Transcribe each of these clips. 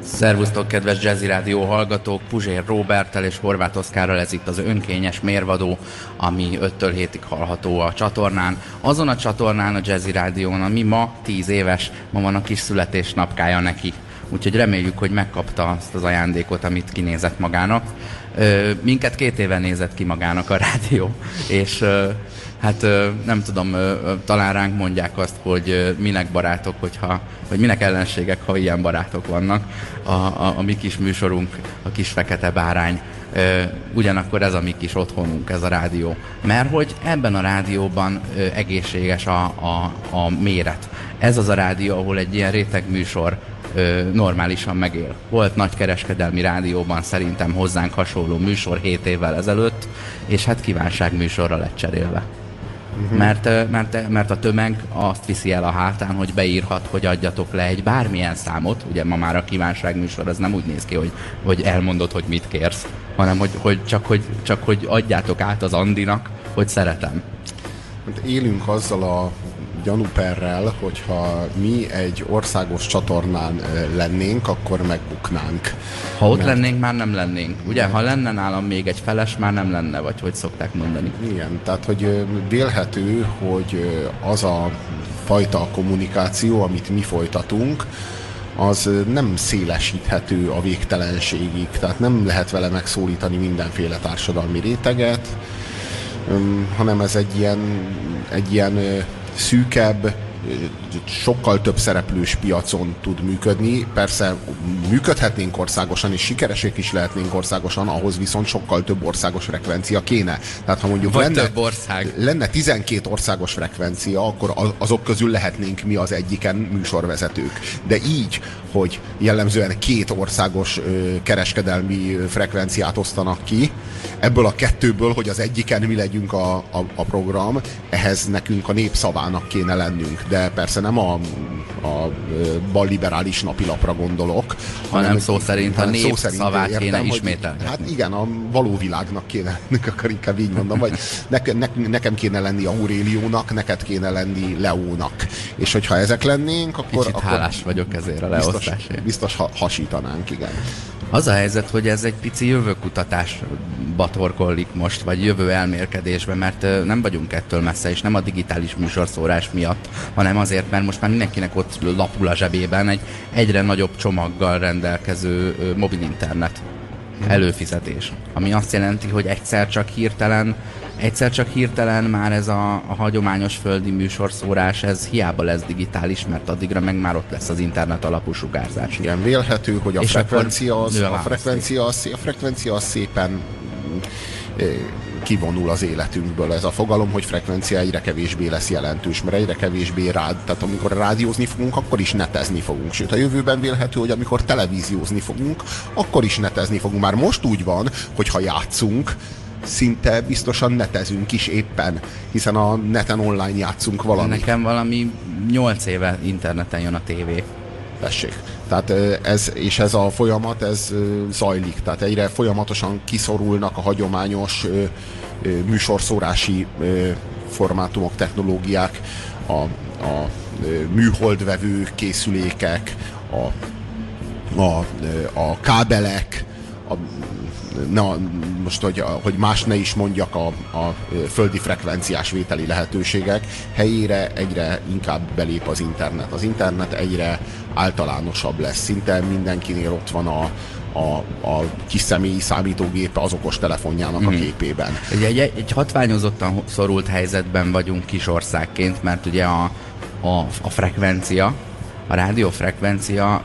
Szervusztok, kedves Jazzy Rádió hallgatók! Puzsér Róberttel és Horváth Oszkárral ez itt az önkényes mérvadó, ami 5-től 7-ig hallható a csatornán. Azon a csatornán, a Jazzy Rádión, ami ma 10 éves, ma van a kis születésnapkája neki. Úgyhogy reméljük, hogy megkapta azt az ajándékot, amit kinézett magának. Minket 2 éve nézett ki magának a rádió, és hát nem tudom, talán ránk mondják azt, hogy minek barátok, vagy minek ellenségek, ha ilyen barátok vannak. A mi kis műsorunk, a kis fekete bárány, ugyanakkor ez a mi kis otthonunk, ez a rádió. Mert hogy ebben a rádióban egészséges a méret. Ez az a rádió, ahol egy ilyen rétegműsor normálisan megél. Volt nagy kereskedelmi rádióban szerintem hozzánk hasonló műsor 7 évvel ezelőtt, és hát kívánságműsorra lett cserélve. Mert a tömeg azt viszi el a hátán, hogy beírhat, hogy adjatok le egy bármilyen számot. Ugye ma már a kívánságműsor az nem úgy néz ki, hogy elmondod, hogy mit kérsz, hanem csak hogy adjátok át az Andinak, hogy szeretem. Élünk azzal a gyanúperrel, hogyha mi egy országos csatornán lennénk, akkor megbuknánk. Ha ott lennénk, már nem lennénk. Ugye, ha lenne nálam még egy feles, már nem lenne, vagy hogy szokták mondani. Igen, tehát hogy vélhető, hogy az a fajta kommunikáció, amit mi folytatunk, az nem szélesíthető a végtelenségig, tehát nem lehet vele megszólítani mindenféle társadalmi réteget, hanem ez egy ilyen szűkebb, sokkal több szereplős piacon tud működni. Persze működhetnénk országosan, és sikeresek is lehetnénk országosan, ahhoz viszont sokkal több országos frekvencia kéne. Tehát ha mondjuk lenne 12 országos frekvencia, akkor azok közül lehetnénk mi az egyiken műsorvezetők. De így, hogy jellemzően 2 országos kereskedelmi frekvenciát osztanak ki, ebből a 2-ből, hogy az egyiken mi legyünk a program, ehhez nekünk a népszavának kéne lennünk. De persze nem a balliberális napilapra gondolok, hanem szó szerint a népszavát kéne ismételni. Hát igen, a való világnak kéne, akkor inkább így mondom, vagy nekem kéne lenni Auréliónak, neked kéne lenni Leónak. És hogyha ezek lennénk, akkor... Kicsit hálás vagyok ezért a leosztásért. Biztos hasítanánk, igen. Az a helyzet, hogy ez egy pici jövőkutatásba torkollik most, vagy jövő elmélkedésbe, mert nem vagyunk ettől messze, és nem a digitális műsorszórás miatt, hanem azért, mert most már mindenkinek ott lapul a zsebében egy egyre nagyobb csomaggal rendelkező mobil internet előfizetés. Ami azt jelenti, hogy egyszer csak hirtelen már ez a hagyományos földi műsorszórás, ez hiába lesz digitális, mert addigra meg már ott lesz az internet alapú sugárzás. Igen, vélhető, hogy a frekvencia az szépen kivonul az életünkből. Ez a fogalom, hogy frekvencia egyre kevésbé lesz jelentős, mert egyre kevésbé tehát amikor rádiózni fogunk, akkor is netezni fogunk. Sőt, a jövőben vélhető, hogy amikor televíziózni fogunk, akkor is netezni fogunk. Már most úgy van, hogy ha játszunk, szinte biztosan netezünk is éppen, hiszen a neten online játszunk valamit. Nekem valami 8 éve interneten jön a tévé. Tessék. Tehát ez a folyamat, ez zajlik. Tehát egyre folyamatosan kiszorulnak a hagyományos műsorszórási formátumok, technológiák, a műholdvevő készülékek, a kábelek, most, hogy más ne is mondjak, a földi frekvenciás vételi lehetőségek helyére egyre inkább belép az internet. Az internet egyre általánosabb lesz. Szinte mindenkinél ott van a kis személyi számítógépe az okos telefonjának a képében. Egy hatványozottan szorult helyzetben vagyunk kis országként, mert ugye a frekvencia, a rádiófrekvencia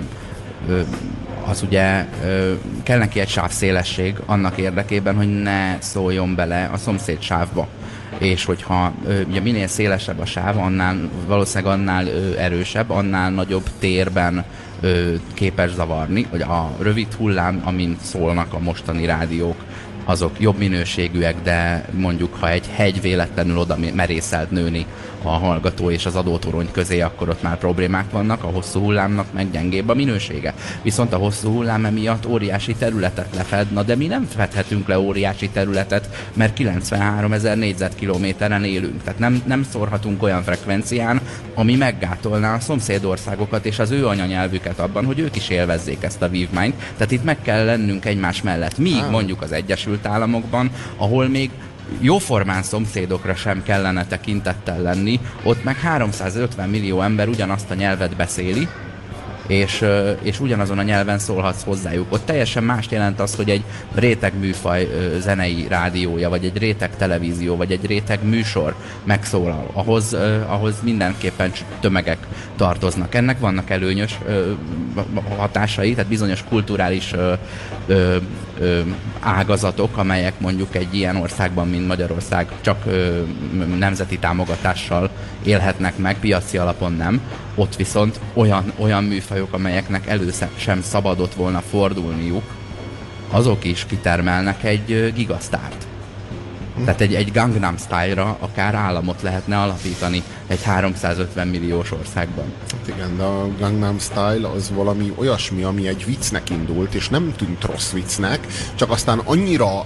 az ugye kell neki egy sávszélesség annak érdekében, hogy ne szóljon bele a szomszéd sávba. És hogyha ugye minél szélesebb a sáv, valószínűleg annál erősebb, annál nagyobb térben képes zavarni, hogy a rövid hullám, amin szólnak a mostani rádiók, azok jobb minőségűek, de mondjuk ha egy hegy véletlenül oda merészelt nőni a hallgató és az adótorony közé, akkor ott már problémák vannak, a hosszú hullámnak meg gyengébb a minősége. Viszont a hosszú hullám emiatt óriási területet lefed, na de mi nem fedhetünk le óriási területet, mert 93 000 négyzetkilométeren élünk. Tehát nem szórhatunk olyan frekvencián, ami meggátolná a szomszédországokat és az ő anyanyelvüket abban, hogy ők is élvezzék ezt a vívmányt. Tehát itt meg kell lennünk egymás mellett. Míg mondjuk az Egyesült Államokban, ahol még jóformán szomszédokra sem kellene tekintettel lenni, ott meg 350 millió ember ugyanazt a nyelvet beszéli, és ugyanazon a nyelven szólhatsz hozzájuk. Ott teljesen mást jelent az, hogy egy réteg műfaj zenei rádiója, vagy egy réteg televízió, vagy egy réteg műsor megszólal. Ahhoz mindenképpen tömegek tartoznak. Ennek vannak előnyös hatásai, tehát bizonyos kulturális ágazatok, amelyek mondjuk egy ilyen országban, mint Magyarország, csak nemzeti támogatással élhetnek meg, piaci alapon nem. Ott viszont olyan műfajok, amelyeknek elő sem szabadott volna fordulniuk, azok is kitermelnek egy gigasztárt. Tehát egy Gangnam Style-ra akár államot lehetne alapítani egy 350 milliós országban. Hát igen, de a Gangnam Style az valami olyasmi, ami egy viccnek indult, és nem tűnt rossz viccnek, csak aztán annyira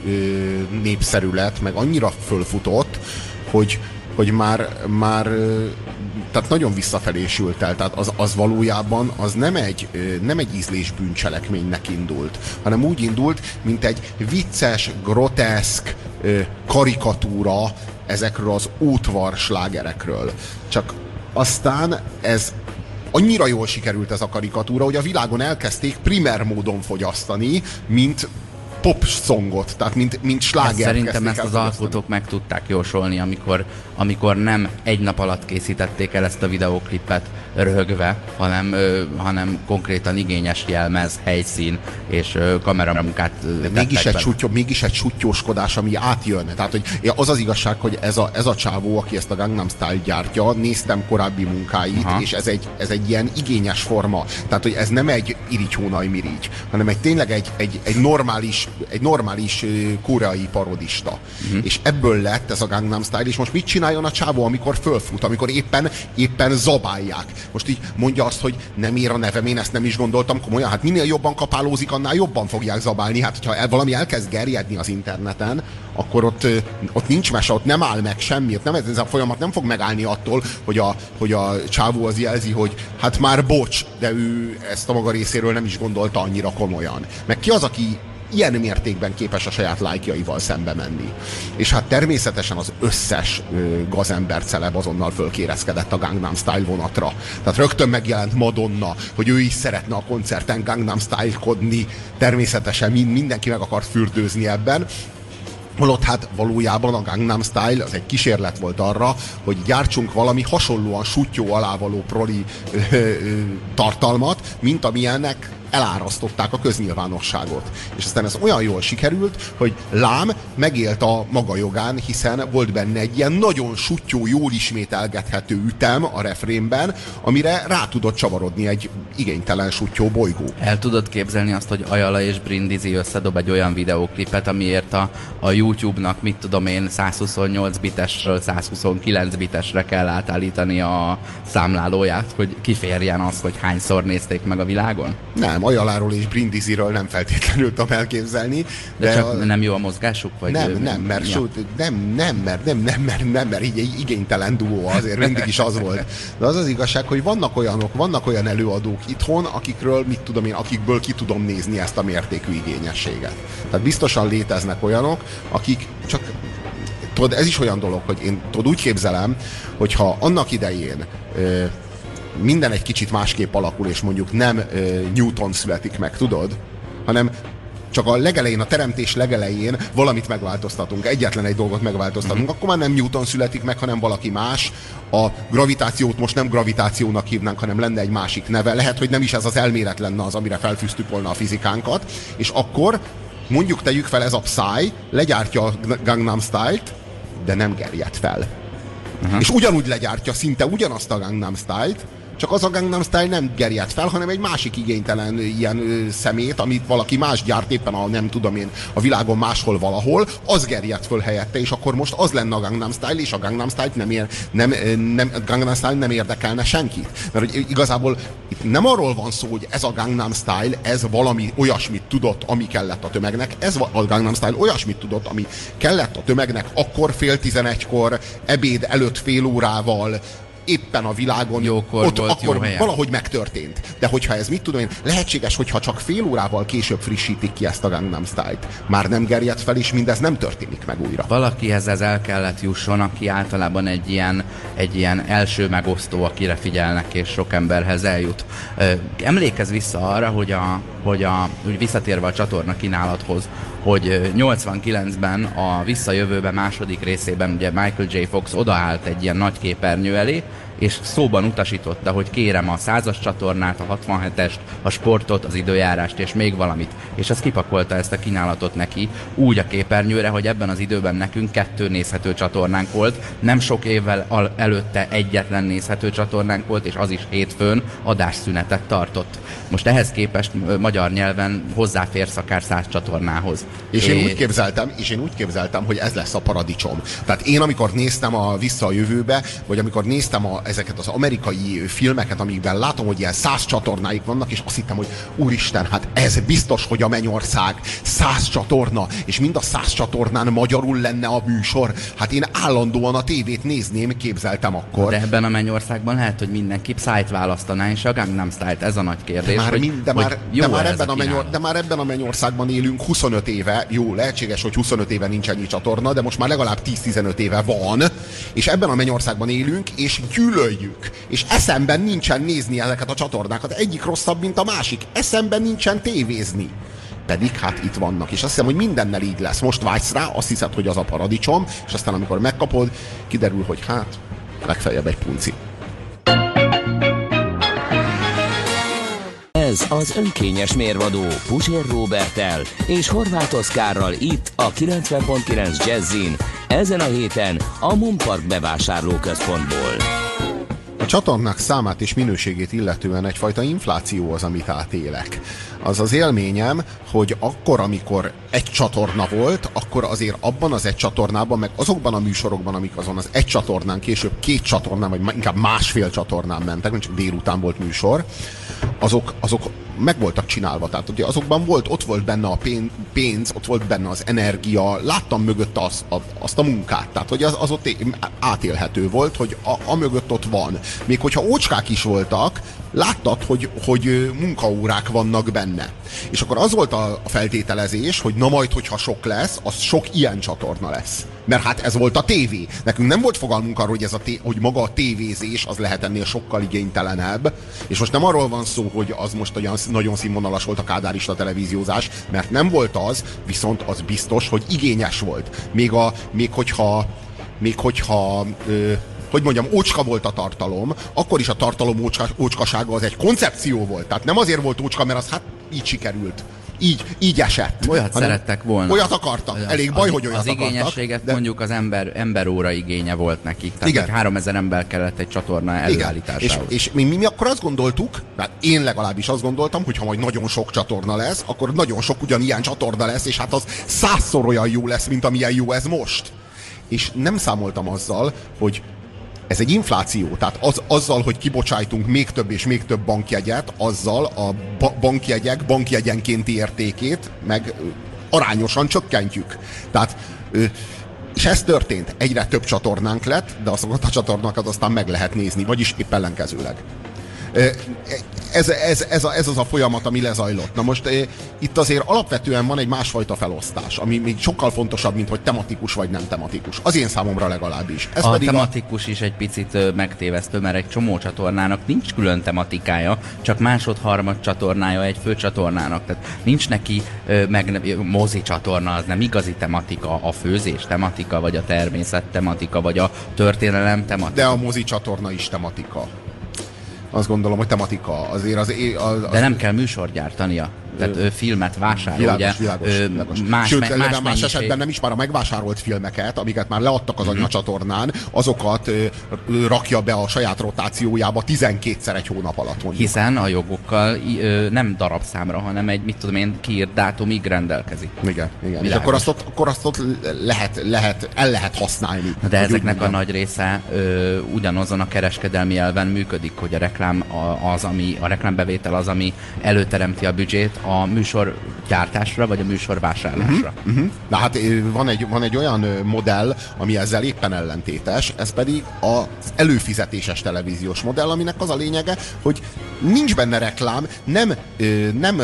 népszerű lett, meg annyira fölfutott, hogy már tehát nagyon visszafelé sült el. Tehát az valójában az nem egy ízlés bűncselekménynek indult, hanem úgy indult, mint egy vicces, groteszk karikatúra ezekről az útvar slágerekről. Csak aztán ez annyira jól sikerült ez a karikatúra, hogy a világon elkezdték primer módon fogyasztani, mint pop songot, tehát mint slágert. Szerintem ezt az alkotók meg tudták jósolni, amikor nem egy nap alatt készítették el ezt a videóklipet röhögve, hanem konkrétan igényes jelmez, helyszín és kameramunkát mégis egy suttyóskodás, ami átjön. Tehát, hogy az az igazság, hogy ez a csávó, aki ezt a Gangnam Style gyártja, néztem korábbi munkáit, és ez egy ilyen igényes forma. Tehát, hogy ez nem egy irigy-hónaj-mirigy, hanem tényleg egy normális koreai parodista. És ebből lett ez a Gangnam Style, és most mit csináljon a csávó, amikor fölfut, amikor éppen zabálják. Most így mondja azt, hogy nem ér a nevem, én ezt nem is gondoltam komolyan. Hát minél jobban kapálózik, annál jobban fogják zabálni. Hát, hogyha valami elkezd gerjedni az interneten, akkor ott nincs mese, ott nem áll meg semmi. Ez a folyamat nem fog megállni attól, hogy a csávó az jelzi, hogy hát már bocs, de ő ezt a maga részéről nem is gondolta annyira komolyan. Meg ki az, aki ilyen mértékben képes a saját lájkjaival szembe menni. És hát természetesen az összes gazember celeb azonnal fölkérezkedett a Gangnam Style vonatra. Tehát rögtön megjelent Madonna, hogy ő is szeretne a koncerten Gangnam Style-kodni. Természetesen mindenki meg akart fürdőzni ebben. Holott hát valójában a Gangnam Style az egy kísérlet volt arra, hogy gyártsunk valami hasonlóan suttyó alávaló proli tartalmat, mint amilyennek elárasztották a köznyilvánosságot. És aztán ez olyan jól sikerült, hogy lám megélt a maga jogán, hiszen volt benne egy ilyen nagyon suttyó, jól ismételgethető ütem a refrénben, amire rá tudott csavarodni egy igénytelen suttyó bolygó. El tudod képzelni azt, hogy Ajala és Brindisi összedob egy olyan videóklipet, amiért a YouTube-nak, mit tudom én, 128 bitesről 129 bitesre kell átállítani a számlálóját, hogy kiférjen az, hogy hányszor nézték meg a világon? Nem, Ajaláról és Brindisiről nem feltétlenül tudom elképzelni. De csak nem jó a mozgásuk? Vagy mert így egy igénytelen duó azért mindig is az volt. De az az igazság, hogy vannak olyan előadók itthon, akikből ki tudom nézni ezt a mértékű igényességet. Tehát biztosan léteznek olyanok, akik csak tudod, ez is olyan dolog, hogy én úgy képzelem, hogyha annak idején minden egy kicsit másképp alakul, és mondjuk nem Newton születik meg, tudod? Hanem csak a legelején, a teremtés legelején valamit megváltoztatunk, egyetlen egy dolgot megváltoztatunk, akkor már nem Newton születik meg, hanem valaki más. A gravitációt most nem gravitációnak hívnánk, hanem lenne egy másik neve. Lehet, hogy nem is ez az elmélet lenne az, amire felfűztük volna a fizikánkat, és akkor mondjuk tegyük fel, ez a Psy legyártja a Gangnam Style-t, de nem gerjed fel. És ugyanúgy legyártja szinte ugyanazt a Gangnam Style-t, Csak az a Gangnam Style nem gerjedt fel, hanem egy másik igénytelen ilyen szemét, amit valaki más gyárt éppen nem tudom én, a világon máshol valahol, az gerjedt föl helyette, és akkor most az lenne a Gangnam Style, és a Gangnam Style Gangnam Style nem érdekelne senkit. Mert hogy igazából itt nem arról van szó, hogy ez a Gangnam Style, ez valami olyasmit tudott, ami kellett a tömegnek, ez a Gangnam Style olyasmit tudott, ami kellett a tömegnek akkor 10:30-kor, ebéd előtt fél órával, éppen a világon, jókor ott volt, akkor jó valahogy megtörtént. De hogyha ez mit tudom én, lehetséges, hogyha csak fél órával később frissítik ki ezt a Gangnam Style-t. Már nem gerjed fel, és mindez nem történik meg újra. Valakihez ez el kellett jusson, aki általában egy ilyen első megosztó, akire figyelnek, és sok emberhez eljut. Emlékezz vissza arra, hogy visszatérve a csatorna kínálathoz, hogy 89-ben a Visszajövőben második részében ugye Michael J. Fox odaállt egy ilyen nagy képernyő elé, és szóban utasította, hogy kérem a 100-as csatornát, a 67-est, a sportot, az időjárást és még valamit. És az kipakolta ezt a kínálatot neki úgy a képernyőre, hogy ebben az időben nekünk 2 nézhető csatornánk volt, nem sok évvel előtte egyetlen nézhető csatornánk volt, és az is hétfőn adásszünetet tartott. Most ehhez képest magyar nyelven hozzáférsz akár 100 csatornához. És én úgy képzeltem, hogy ez lesz a paradicsom. Tehát én, amikor néztem a Vissza a jövőbe, vagy amikor néztem ezeket az amerikai filmeket, amikben látom, hogy ilyen 100 csatornáik vannak, és azt hittem, hogy úristen, hát ez biztos, hogy a mennyország 100 csatorna, és mind a 100 csatornán magyarul lenne a műsor. Hát én állandóan a tévét nézném, képzeltem akkor. De ebben a mennyországban lehet, hogy mindenki Psy-t választaná, és a Gangnam Style-t, ez a nagy kérdés. De már ebben a mennyországban élünk 25 éve, jó, lehetséges, hogy 25 éve nincs ennyi csatorna, de most már legalább 10-15 éve van, és ebben a mennyországban élünk, és gyűlöljük. És eszemben nincsen nézni ezeket a csatornákat. Egyik rosszabb, mint a másik. Eszemben nincsen tévézni. Pedig hát itt vannak. És azt hiszem, hogy mindennel így lesz. Most vágysz rá, azt hiszed, hogy az a paradicsom, és aztán amikor megkapod, kiderül, hogy hát legfeljebb egy punci. Ez az önkényes mérvadó Puzsér Róberttel és Horváth Oszkárral itt a 90.9 Jazzin, ezen a héten a Munpark bevásárlóközpontból. A csatornák számát és minőségét illetően egyfajta infláció az, amit átélek. Az az élményem, hogy akkor, amikor egy csatorna volt, akkor azért abban az egy csatornában, meg azokban a műsorokban, amik azon az egy csatornán később 2 csatornán, vagy inkább másfél csatornán mentek, nem csak délután volt műsor, azok meg voltak csinálva. Tehát ugye azokban ott volt benne a pénz, ott volt benne az energia, láttam mögött azt a munkát. Tehát hogy az ott átélhető volt, hogy a mögött ott van. Még hogyha ócskák is voltak, láttad, hogy munkaórák vannak benne. És akkor az volt a feltételezés, hogy na majd, hogyha sok lesz, az sok ilyen csatorna lesz. Mert hát ez volt a tévé. Nekünk nem volt fogalmunk arról, hogy maga a tévézés az lehet ennél sokkal igénytelenebb. És most nem arról van szó, hogy az most olyan nagyon színvonalas volt a kádárista televíziózás, mert nem volt az, viszont az biztos, hogy igényes volt. Még hogyha hogy mondjam, ócska volt a tartalom, akkor is a tartalom ócskasága az egy koncepció volt. Tehát nem azért volt ócska, mert az hát így sikerült. Így esett. Olyat szerettek volna. Olyat akartak. Elég baj, hogy olyat akartak. Az igényességet mondjuk az emberóra igénye volt nekik. Tehát igen. 3000 ember kellett egy csatorna előállításához. És mi akkor azt gondoltuk, mert én legalábbis azt gondoltam, hogy ha majd nagyon sok csatorna lesz, akkor nagyon sok ugyanilyen csatorna lesz, és hát az 100-szor olyan jó lesz, mint amilyen jó ez most. És nem számoltam azzal, hogy ez egy infláció, tehát azzal, hogy kibocsájtunk még több és még több bankjegyet, azzal a bankjegyenkénti értékét meg arányosan csökkentjük. Tehát, és ez történt. Egyre több csatornánk lett, de azokat a csatornákat aztán meg lehet nézni, vagyis épp ellenkezőleg. Ez az a folyamat, ami lezajlott. Na most itt azért alapvetően van egy másfajta felosztás, ami még sokkal fontosabb, mint hogy tematikus vagy nem tematikus. Az én számomra legalábbis. Ez pedig tematikus is egy picit megtévesztő, mert egy csomó csatornának nincs külön tematikája, csak másod-harmad csatornája egy fő csatornának. Tehát nincs neki mozi csatorna, az nem igazi tematika, a főzés tematika, vagy a természet tematika, vagy a történelem tematika. De a mozi csatorna is tematika. Azt gondolom, hogy tematika. Azért de nem kell műsort gyártania. tehát filmet vásárol, világos. Sőt, más esetben nem is már a megvásárolt filmeket, amiket már leadtak az anyacsatornán, azokat rakja be a saját rotációjába 12-szer egy hónap alatt, mondjuk. Hiszen a jogokkal nem darabszámra, hanem egy, mit tudom én, kiírt dátumig rendelkezik. Igen. És akkor azt ott el lehet használni. De ezeknek a nagy része ugyanazon a kereskedelmi elven működik, hogy a reklám a reklámbevétel az, ami előteremti a büdzsét a műsor gyártásra, vagy a műsor vásárlásra. Na hát van egy olyan modell, ami ezzel éppen ellentétes, ez pedig az előfizetéses televíziós modell, aminek az a lényege, hogy nincs benne reklám, nem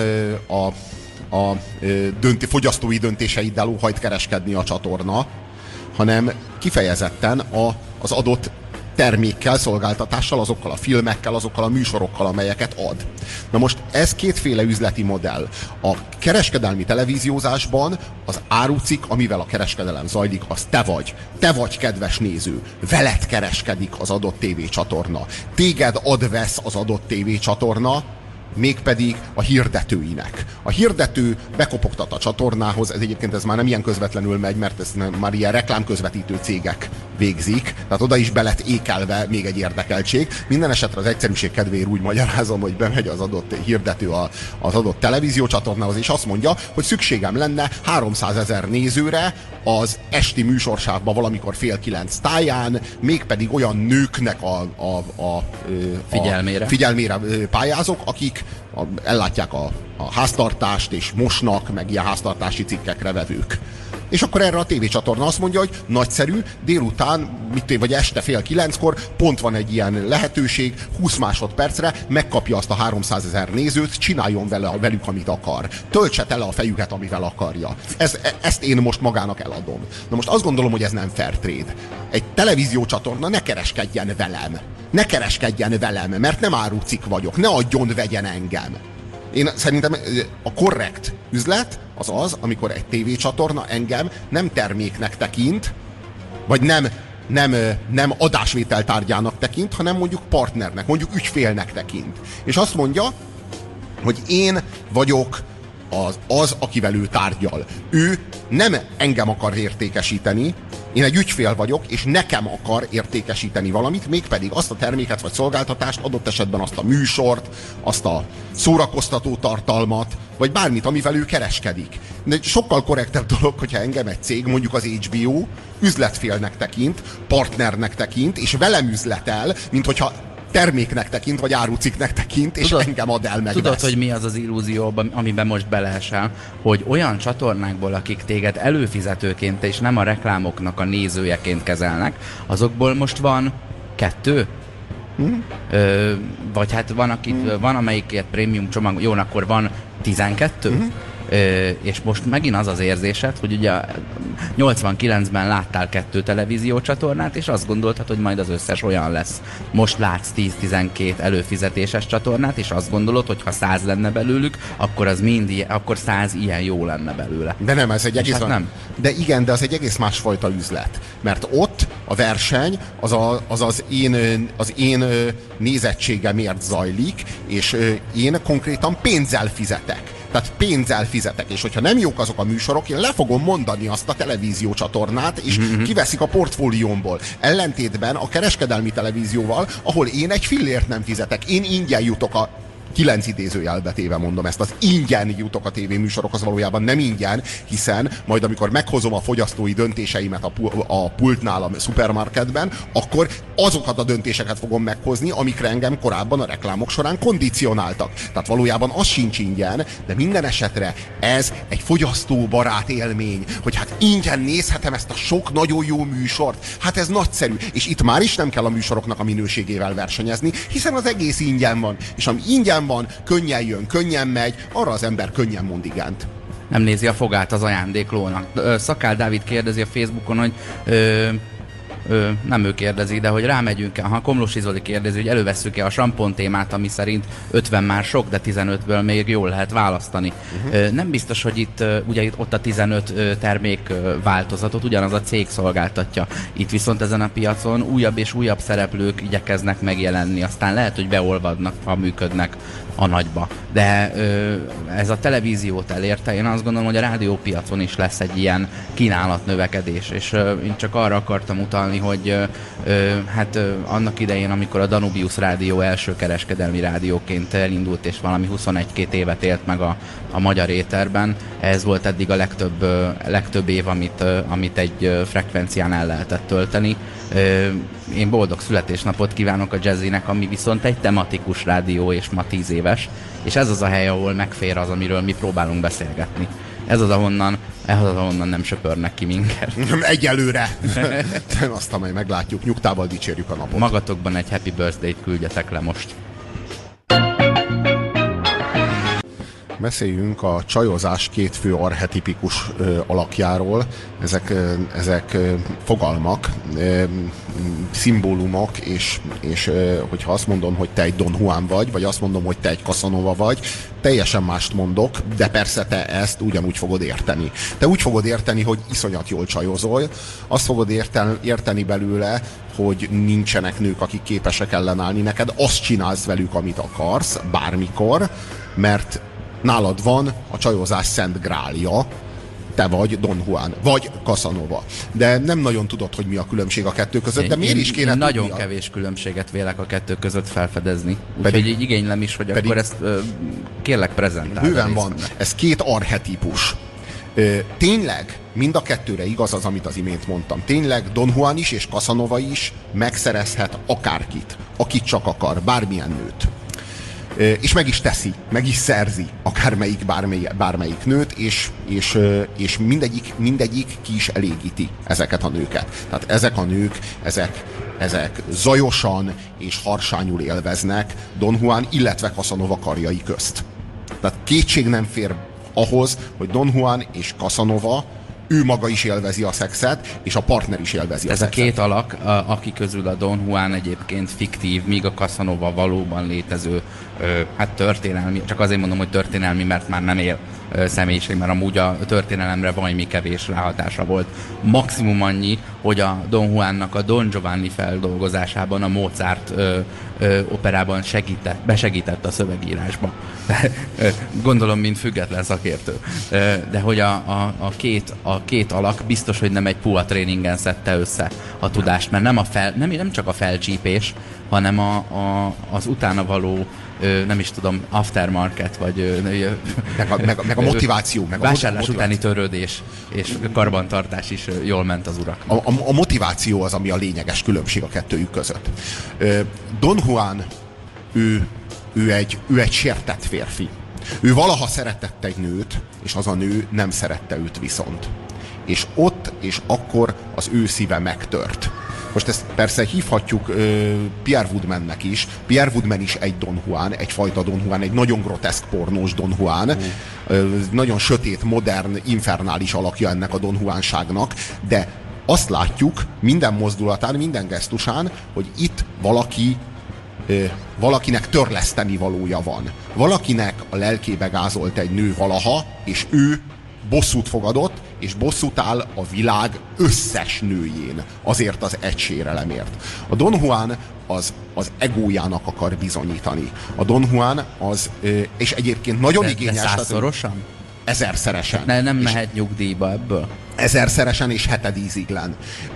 a fogyasztói döntéseiddel óhajt kereskedni a csatorna, hanem kifejezetten az adott termékkel, szolgáltatással, azokkal a filmekkel, azokkal a műsorokkal, amelyeket ad. Na most ez kétféle üzleti modell. A kereskedelmi televíziózásban az árucikk, amivel a kereskedelem zajlik, az te vagy. Te vagy, kedves néző. Veled kereskedik az adott tévécsatorna. Téged ad-vesz az adott tévécsatorna, mégpedig a hirdetőinek. A hirdető bekopogtat a csatornához, ez már nem ilyen közvetlenül megy, mert ezt már ilyen reklámközvetítő cégek végzik, tehát oda is be lett ékelve még egy érdekeltség. Minden esetre az egyszerűség kedvéért úgy magyarázom, hogy bemegy az adott hirdető az adott televíziócsatornához, és azt mondja, hogy szükségem lenne 300 000 nézőre az esti műsorsávban valamikor 8:30 táján, mégpedig olyan nőknek a figyelmére pályázok, akik ellátják a háztartást, és mosnak, meg ilyen háztartási cikkekre vevők. És akkor erre a tévécsatorna azt mondja, hogy nagyszerű, délután, vagy este 8:30-kor pont van egy ilyen lehetőség, 20 másodpercre megkapja azt a 300 000 nézőt, csináljon velük, amit akar. Töltse tele a fejüket, amivel akarja. Ezt én most magának eladom. Na most azt gondolom, hogy ez nem fair trade. Egy televíziócsatorna ne kereskedjen velem. Ne kereskedjen velem, mert nem árucikk vagyok. Ne vegyen engem. Én szerintem a korrekt üzlet az, amikor egy tévécsatorna engem nem terméknek tekint, vagy nem adásvétel tárgyának tekint, hanem mondjuk partnernek, mondjuk ügyfélnek tekint. És azt mondja, hogy én vagyok az, akivel ő tárgyal. Ő nem engem akar értékesíteni, én egy ügyfél vagyok, és nekem akar értékesíteni valamit, mégpedig azt a terméket vagy szolgáltatást, adott esetben azt a műsort, azt a szórakoztató tartalmat, vagy bármit, amivel ő kereskedik. De egy sokkal korrektebb dolog, hogyha engem egy cég, mondjuk az HBO, üzletfélnek tekint, partnernek tekint, és velem üzletel, mint hogyha terméknek tekint, vagy árucikknek tekint, és engem ad el, megvesz. Tudod, hogy mi az az illúzió, amiben most beleesel, hogy olyan csatornákból, akik téged előfizetőként és nem a reklámoknak a nézőjeként kezelnek, azokból most van 2? Vagy hát van amelyik prémium csomag, jó, akkor van 12? És most megint az az érzésed, hogy ugye 89-ben láttál 2 televíziócsatornát, és azt gondoltad, hogy majd az összes olyan lesz. Most látsz 10-12 előfizetéses csatornát, és azt gondolod, hogy ha 100 lenne belőlük, akkor akkor 100 ilyen jó lenne belőle. De nem, ez egy egész hát nem. De igen, de az egy egész másfajta üzlet. Mert ott a verseny az én nézettségemért zajlik, és én konkrétan pénzzel fizetek. Tehát pénzzel fizetek, és hogyha nem jók azok a műsorok, én le fogom mondani azt a televíziócsatornát, és kiveszik a portfóliómból. Ellentétben a kereskedelmi televízióval, ahol én egy fillért nem fizetek, én ingyen jutok 9 idézőjelbe téve mondom ezt, az ingyen jutok a tévéműsorokhoz, valójában nem ingyen, hiszen majd amikor meghozom a fogyasztói döntéseimet a pultnál a szupermarketben, akkor azokat a döntéseket fogom meghozni, amikre engem korábban a reklámok során kondicionáltak. Tehát valójában az sincs ingyen, de minden esetre ez egy fogyasztóbarát élmény, hogy hát ingyen nézhetem ezt a sok nagyon jó műsort, hát ez nagyszerű, és itt már is nem kell a műsoroknak a minőségével versenyezni, hiszen az egész ingyen van, és ami ingyen van, könnyen jön, könnyen megy, arra az ember könnyen mond igent. Nem nézi a fogát az ajándéklónak. Szakál Dávid kérdezi a Facebookon, hogy nem ő kérdezi, de hogy rámegyünk-e, ha Komlósi Zoli kérdezi, hogy elővesszük-e a sampon témát, ami szerint 50 már sok, de 15-ből még jól lehet választani. Nem biztos, hogy itt ott a 15 termék változatot ugyanaz a cég szolgáltatja. Itt viszont ezen a piacon újabb és újabb szereplők igyekeznek megjelenni, aztán lehet, hogy beolvadnak, ha működnek a nagyba. De ez a televíziót elérte, én azt gondolom, hogy a rádiópiacon is lesz egy ilyen kínálatnövekedés, és én csak arra akartam utalni, hogy hát annak idején, amikor a Danubius rádió első kereskedelmi rádióként elindult, és valami 21-22 évet élt meg a magyar éterben, ez volt eddig a legtöbb év, amit egy frekvencián el lehetett tölteni. Én boldog születésnapot kívánok a Jazzynek, ami viszont egy tematikus rádió, és ma 10 éves, és ez az a hely, ahol megfér az, amiről mi próbálunk beszélgetni. Ez az, ahonnan nem söpörnek ki minket. Egyelőre! Aztán majd meglátjuk, nyugtával dicsérjük a napot. Magatokban egy happy birthday-t küldjetek le most. Beszéljünk a csajozás két fő archetipikus alakjáról. Ezek fogalmak, szimbólumok, és hogyha azt mondom, hogy te egy Don Juan vagy azt mondom, hogy te egy Casanova vagy, teljesen mást mondok, de persze te ezt ugyanúgy fogod érteni. Te úgy fogod érteni, hogy iszonyat jól csajozol, azt fogod érteni belőle, hogy nincsenek nők, akik képesek ellenállni neked, azt csinálsz velük, amit akarsz, bármikor, mert nálad van a csajozás szent grálja, te vagy Don Juan, vagy Casanova. De nem nagyon tudod, hogy mi a különbség a kettő között, de miért is kéne tudnia? Nagyon kevés különbséget vélek a kettő között felfedezni. Úgyhogy így igénylem is, hogy akkor ezt kérlek prezentáld. Bőven van. Ez két archetípus. Tényleg mind a kettőre igaz az, amit az imént mondtam. Tényleg Don Juan is és Casanova is megszerezhet akárkit, akit csak akar, bármilyen nőt. És meg is teszi, meg is szerzi akármelyik, bármelyik nőt, és mindegyik ki is elégíti ezeket a nőket. Tehát ezek a nők, ezek zajosan és harsányul élveznek Don Juan, illetve Casanova karjai közt. Tehát kétség nem fér ahhoz, hogy Don Juan és Casanova, ő maga is élvezi a szexet, és a partner is élvezi a szexet. Ez a két alak, aki közül a Don Juan egyébként fiktív, míg a Casanova valóban létező, hát történelmi, csak azért mondom, hogy történelmi, mert már nem él személyiség, mert amúgy a történelemre valami kevés ráhatása volt. Maximum annyi, hogy a Don Juannak a Don Giovanni feldolgozásában a Mozart operában besegített a szövegírásba. Gondolom, mint független szakértő. De hogy a két alak biztos, hogy nem egy puha tréningen szedte össze a tudást, mert nem csak a felcsípés, hanem az utána való nem is tudom, aftermarket, vagy meg a motiváció. Meg vásárlás utáni törődés és karbantartás is jól ment az urak. A motiváció az, ami a lényeges különbség a kettőjük között. Don Juan, ő egy sértett férfi. Ő valaha szeretett egy nőt, és az a nő nem szerette őt viszont. És ott és akkor az ő szíve megtört. Most ezt persze hívhatjuk Pierre Woodmannek is. Pierre Woodman is egy Don Juan, egyfajta Don Juan, egy nagyon groteszk pornós Don Juan. Nagyon sötét, modern, infernális alakja ennek a Don Juanságnak, de azt látjuk minden mozdulatán, minden gesztusán, hogy itt valakinek törleszteni valója van. Valakinek a lelkébe gázolt egy nő valaha, és ő bosszút fogadott, és bosszút áll a világ összes nőjén azért az egy sérelemért. A Don Juan az egójának akar bizonyítani. A Don Juan és egyébként nagyon igényes. De százszorosan? Ezerszeresen. Nem mehet nyugdíjba ebből? Ezerszeresen és hetedíziglen.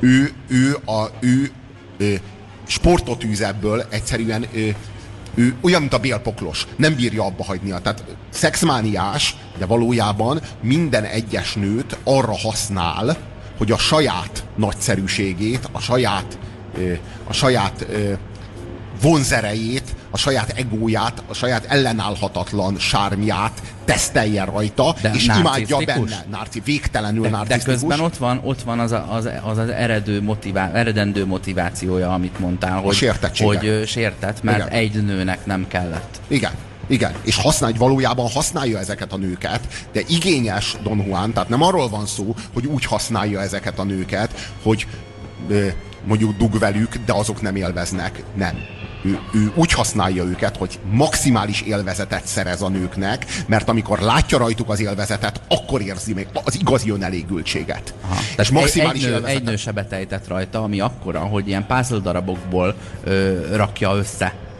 Ő sportot űz ebből, egyszerűen ő olyan, mint a bélpoklos, nem bírja abba hagynia. Tehát szexmániás, de valójában minden egyes nőt arra használ, hogy a saját nagyszerűségét, a saját vonzerejét, a saját egóját, a saját ellenállhatatlan sármját teszteljen rajta, de és imádja benne. Végtelenül narcisztikus. De közben ott van az eredendő motivációja, amit mondtál, hogy sértett, mert igen, egy nőnek nem kellett. Igen, és valójában használja ezeket a nőket, de igényes Don Juan, tehát nem arról van szó, hogy úgy használja ezeket a nőket, hogy mondjuk dug velük, de azok nem élveznek. Nem. Ő úgy használja őket, hogy maximális élvezetet szerez a nőknek, mert amikor látja rajtuk az élvezetet, akkor érzi meg az igazi önelégültséget. És maximális egy nő se betejtett rajta, ami akkora, hogy ilyen puzzle darabokból rakja össze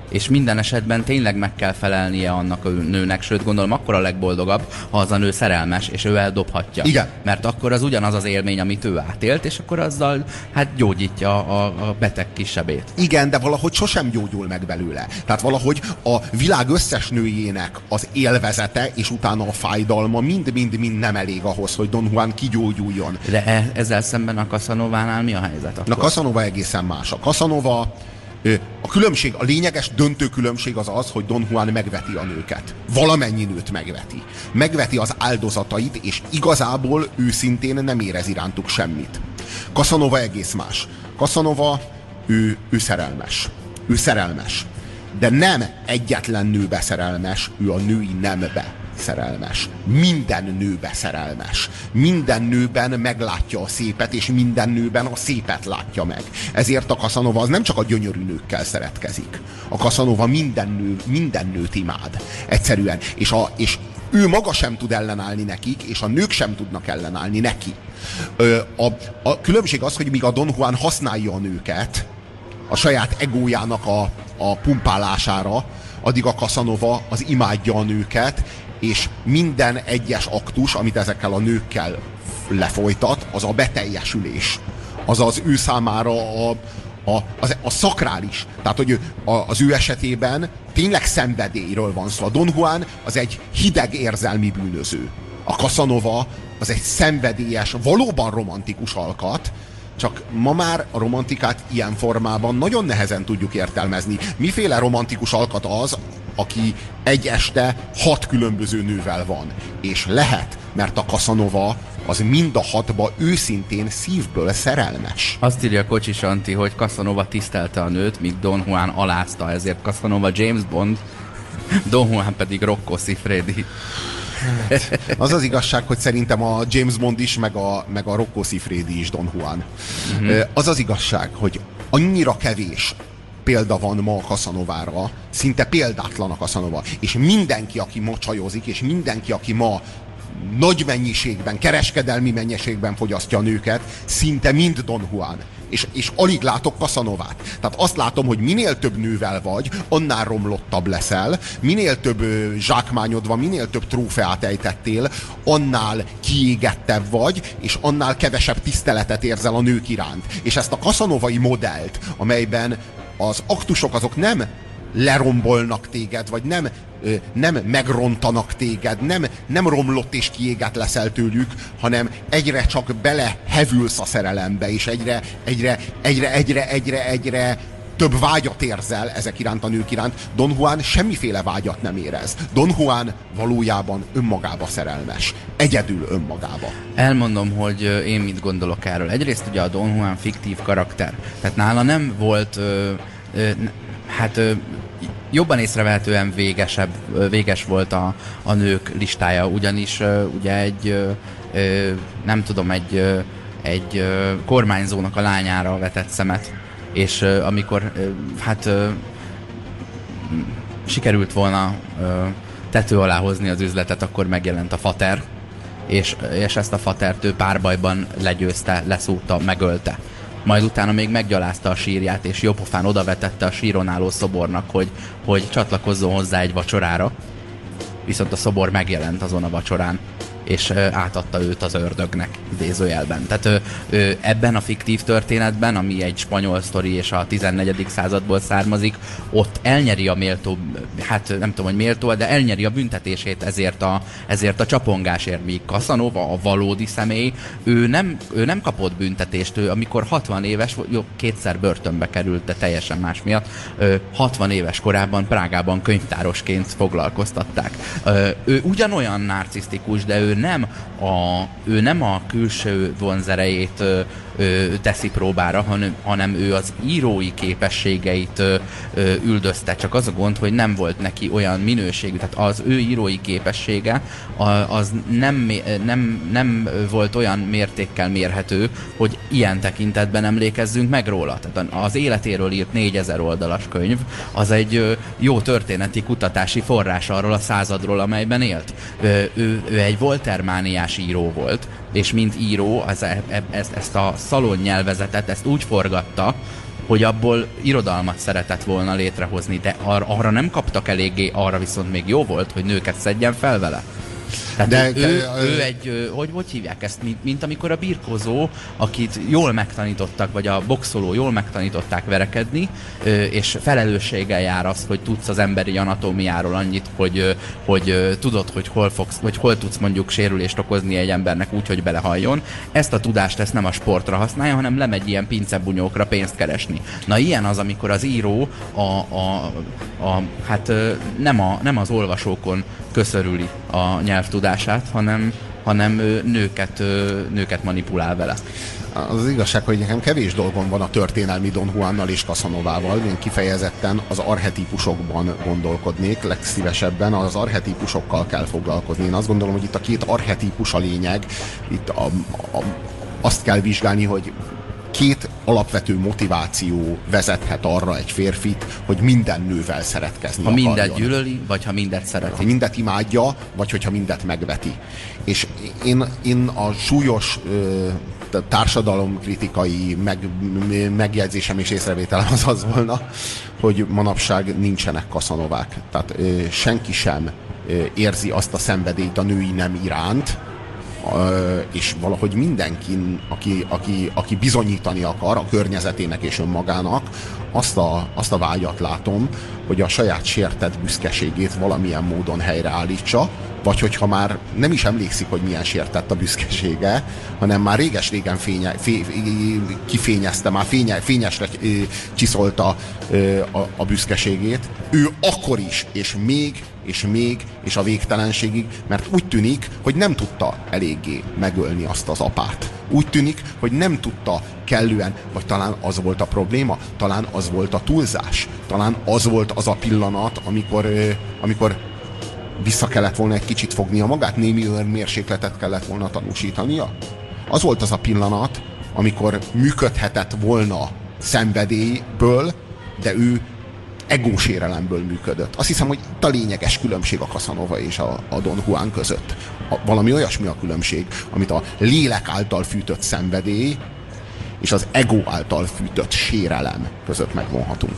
és minden esetben tényleg meg kell felelnie annak a nőnek, sőt gondolom akkor a legboldogabb, ha az a nő szerelmes, és ő eldobhatja. Igen. Mert akkor az ugyanaz az élmény, amit ő átélt, és akkor azzal hát gyógyítja a beteg kis sebét. Igen, de valahogy sosem gyógyul meg belőle. Tehát valahogy a világ összes nőjének az élvezete, és utána a fájdalma mind nem elég ahhoz, hogy Don Juan kigyógyuljon. De ezzel szemben a Casanovánál mi a helyzet akkor? A Casanova egészen más. A Casanova, a különbség, a lényeges döntő különbség az, hogy Don Juan megveti a nőket. Valamennyi nőt megveti. Megveti az áldozatait, és igazából őszintén nem érez irántuk semmit. Casanova egész más. Casanova, ő szerelmes. Ő szerelmes. De nem egyetlen nőbe szerelmes, ő a női nembe szerelmes. Minden nőbe szerelmes. Minden nőben meglátja a szépet, és minden nőben a szépet látja meg. Ezért a Casanova az nem csak a gyönyörű nőkkel szeretkezik. A Casanova minden nőt imád. Egyszerűen. És ő maga sem tud ellenállni nekik, és a nők sem tudnak ellenállni neki. A különbség az, hogy míg a Don Juan használja a nőket a saját egójának a pumpálására, addig a Casanova az imádja a nőket, és minden egyes aktus, amit ezekkel a nőkkel lefolytat, az a beteljesülés. Az ő számára a szakrális. Tehát, hogy az ő esetében tényleg szenvedélyről van szó. A Don Juan az egy hideg érzelmi bűnöző. A Casanova az egy szenvedélyes, valóban romantikus alkat, csak ma már a romantikát ilyen formában nagyon nehezen tudjuk értelmezni. Miféle romantikus alkat az, aki egy este 6 különböző nővel van? És lehet, mert a Casanova az mind a 6-ba őszintén szívből szerelmes. Azt írja Kocsis Antti, hogy Casanova tisztelte a nőt, míg Don Juan alázta, ezért Casanova James Bond, Don Juan pedig Rocco Siffredi. Az az igazság, hogy szerintem a James Bond is, meg a Rocco Siffredi is Don Juan. Az az igazság, hogy annyira kevés példa van ma a Casanovára, szinte példátlan a Casanova. És mindenki, aki ma csajozik, és mindenki, aki ma nagy mennyiségben, kereskedelmi mennyiségben fogyasztja a nőket, szinte mind Don Juan. És alig látok Casanovát. Tehát azt látom, hogy minél több nővel vagy, annál romlottabb leszel, minél több zsákmányod van, minél több trófeát ejtettél, annál kiégettebb vagy, és annál kevesebb tiszteletet érzel a nők iránt. És ezt a casanovai modellt, amelyben az aktusok azok nem lerombolnak téged, vagy nem megrontanak téged, nem romlott és kiégett leszel tőlük, hanem egyre csak belehevülsz a szerelembe, és egyre több vágyat érzel ezek iránt a nők iránt. Don Juan semmiféle vágyat nem érez. Don Juan valójában önmagába szerelmes. Egyedül önmagába. Elmondom, hogy én mit gondolok erről. Egyrészt ugye a Don Juan fiktív karakter. Tehát nála nem volt jobban észrevehetően véges volt a nők listája, ugyanis ugye egy kormányzónak a lányára vetett szemet, és amikor sikerült volna tető alá hozni az üzletet, akkor megjelent a fater, és ezt a fatert ő párbajban legyőzte, leszúrta, megölte. Majd utána még meggyalázta a sírját, és jópofán odavetette a síron álló szobornak, hogy csatlakozzon hozzá egy vacsorára. Viszont a szobor megjelent azon a vacsorán, és átadta őt az ördögnek, idézőjelben. Tehát ebben a fiktív történetben, ami egy spanyol sztori és a 14. századból származik, ott elnyeri a méltó, nem tudom, hogy méltó, de elnyeri a büntetését ezért a csapongásért, míg Casanova, a valódi személy, ő nem kapott büntetést, amikor 60 éves, jó, 2-szer börtönbe került, de teljesen más miatt, 60 éves korában Prágában könyvtárosként foglalkoztatták. Ő ugyanolyan narcisztikus, de ő nem a külső vonzerejét teszi próbára, hanem ő az írói képességeit üldözte. Csak az a gond, hogy nem volt neki olyan minőségű. Tehát az ő írói képessége az nem volt olyan mértékkel mérhető, hogy ilyen tekintetben emlékezzünk meg róla. Tehát az életéről írt 4000 oldalas könyv, az egy jó történeti kutatási forrás arról a századról, amelyben élt. Ő egy Voltaire-mániás író volt, és mint író ezt a szalon nyelvezetet, ezt úgy forgatta, hogy abból irodalmat szeretett volna létrehozni, de arra nem kaptak eléggé, arra viszont még jó volt, hogy nőket szedjen fel vele. Tehát ő egy, hogy hívják ezt, mint amikor a birkózó, akit jól megtanítottak, vagy a boxoló jól megtanították verekedni, és felelősséggel jár az, hogy tudsz az emberi anatómiáról annyit, hogy tudod, hogy hol fogsz, vagy hol tudsz mondjuk sérülést okozni egy embernek úgy, hogy belehalljon. Ezt a tudást nem a sportra használja, hanem lemegy ilyen pincebunyókra pénzt keresni. Na ilyen az, amikor az író nem az olvasókon köszörüli a nyelvtudását, hanem nőket manipulál vele. Az igazság, hogy nekem kevés dolgom van a történelmi Don Juannal és Casanovával. Én kifejezetten az archetípusokban gondolkodnék, legszívesebben az archetípusokkal kell foglalkozni. Én azt gondolom, hogy itt a két archetípus a lényeg. Itt azt kell vizsgálni, hogy két alapvető motiváció vezethet arra egy férfit, hogy minden nővel szeretkezni ha akarjon. Mindet gyűlöli, vagy ha mindet szereti. Ha mindet imádja, vagy hogyha mindet megveti. És én a súlyos társadalomkritikai megjegyzésem és észrevételem az volna, hogy manapság nincsenek Casanovák. Tehát senki sem érzi azt a szenvedélyt a női nem iránt, és valahogy mindenki, aki bizonyítani akar a környezetének és önmagának, azt a vágyat látom, hogy a saját sértett büszkeségét valamilyen módon helyreállítsa, vagy hogyha már nem is emlékszik, hogy milyen sértett a büszkesége, hanem már réges-régen kifényezte, már fényesre csiszolta a büszkeségét, ő akkor is, és a végtelenségig, mert úgy tűnik, hogy nem tudta eléggé megölni azt az apát. Úgy tűnik, hogy nem tudta kellően, vagy talán az volt a probléma, talán az volt a túlzás, talán az volt az a pillanat, amikor vissza kellett volna egy kicsit fognia magát, némi mérsékletet kellett volna tanúsítania. Az volt az a pillanat, amikor működhetett volna szenvedélyből, de ő egósérelemből működött. Azt hiszem, hogy itt a lényeges különbség a Casanova és a Don Juan között. Valami olyasmi a különbség, amit a lélek által fűtött szenvedély és az ego által fűtött sérelem között megvonhatunk.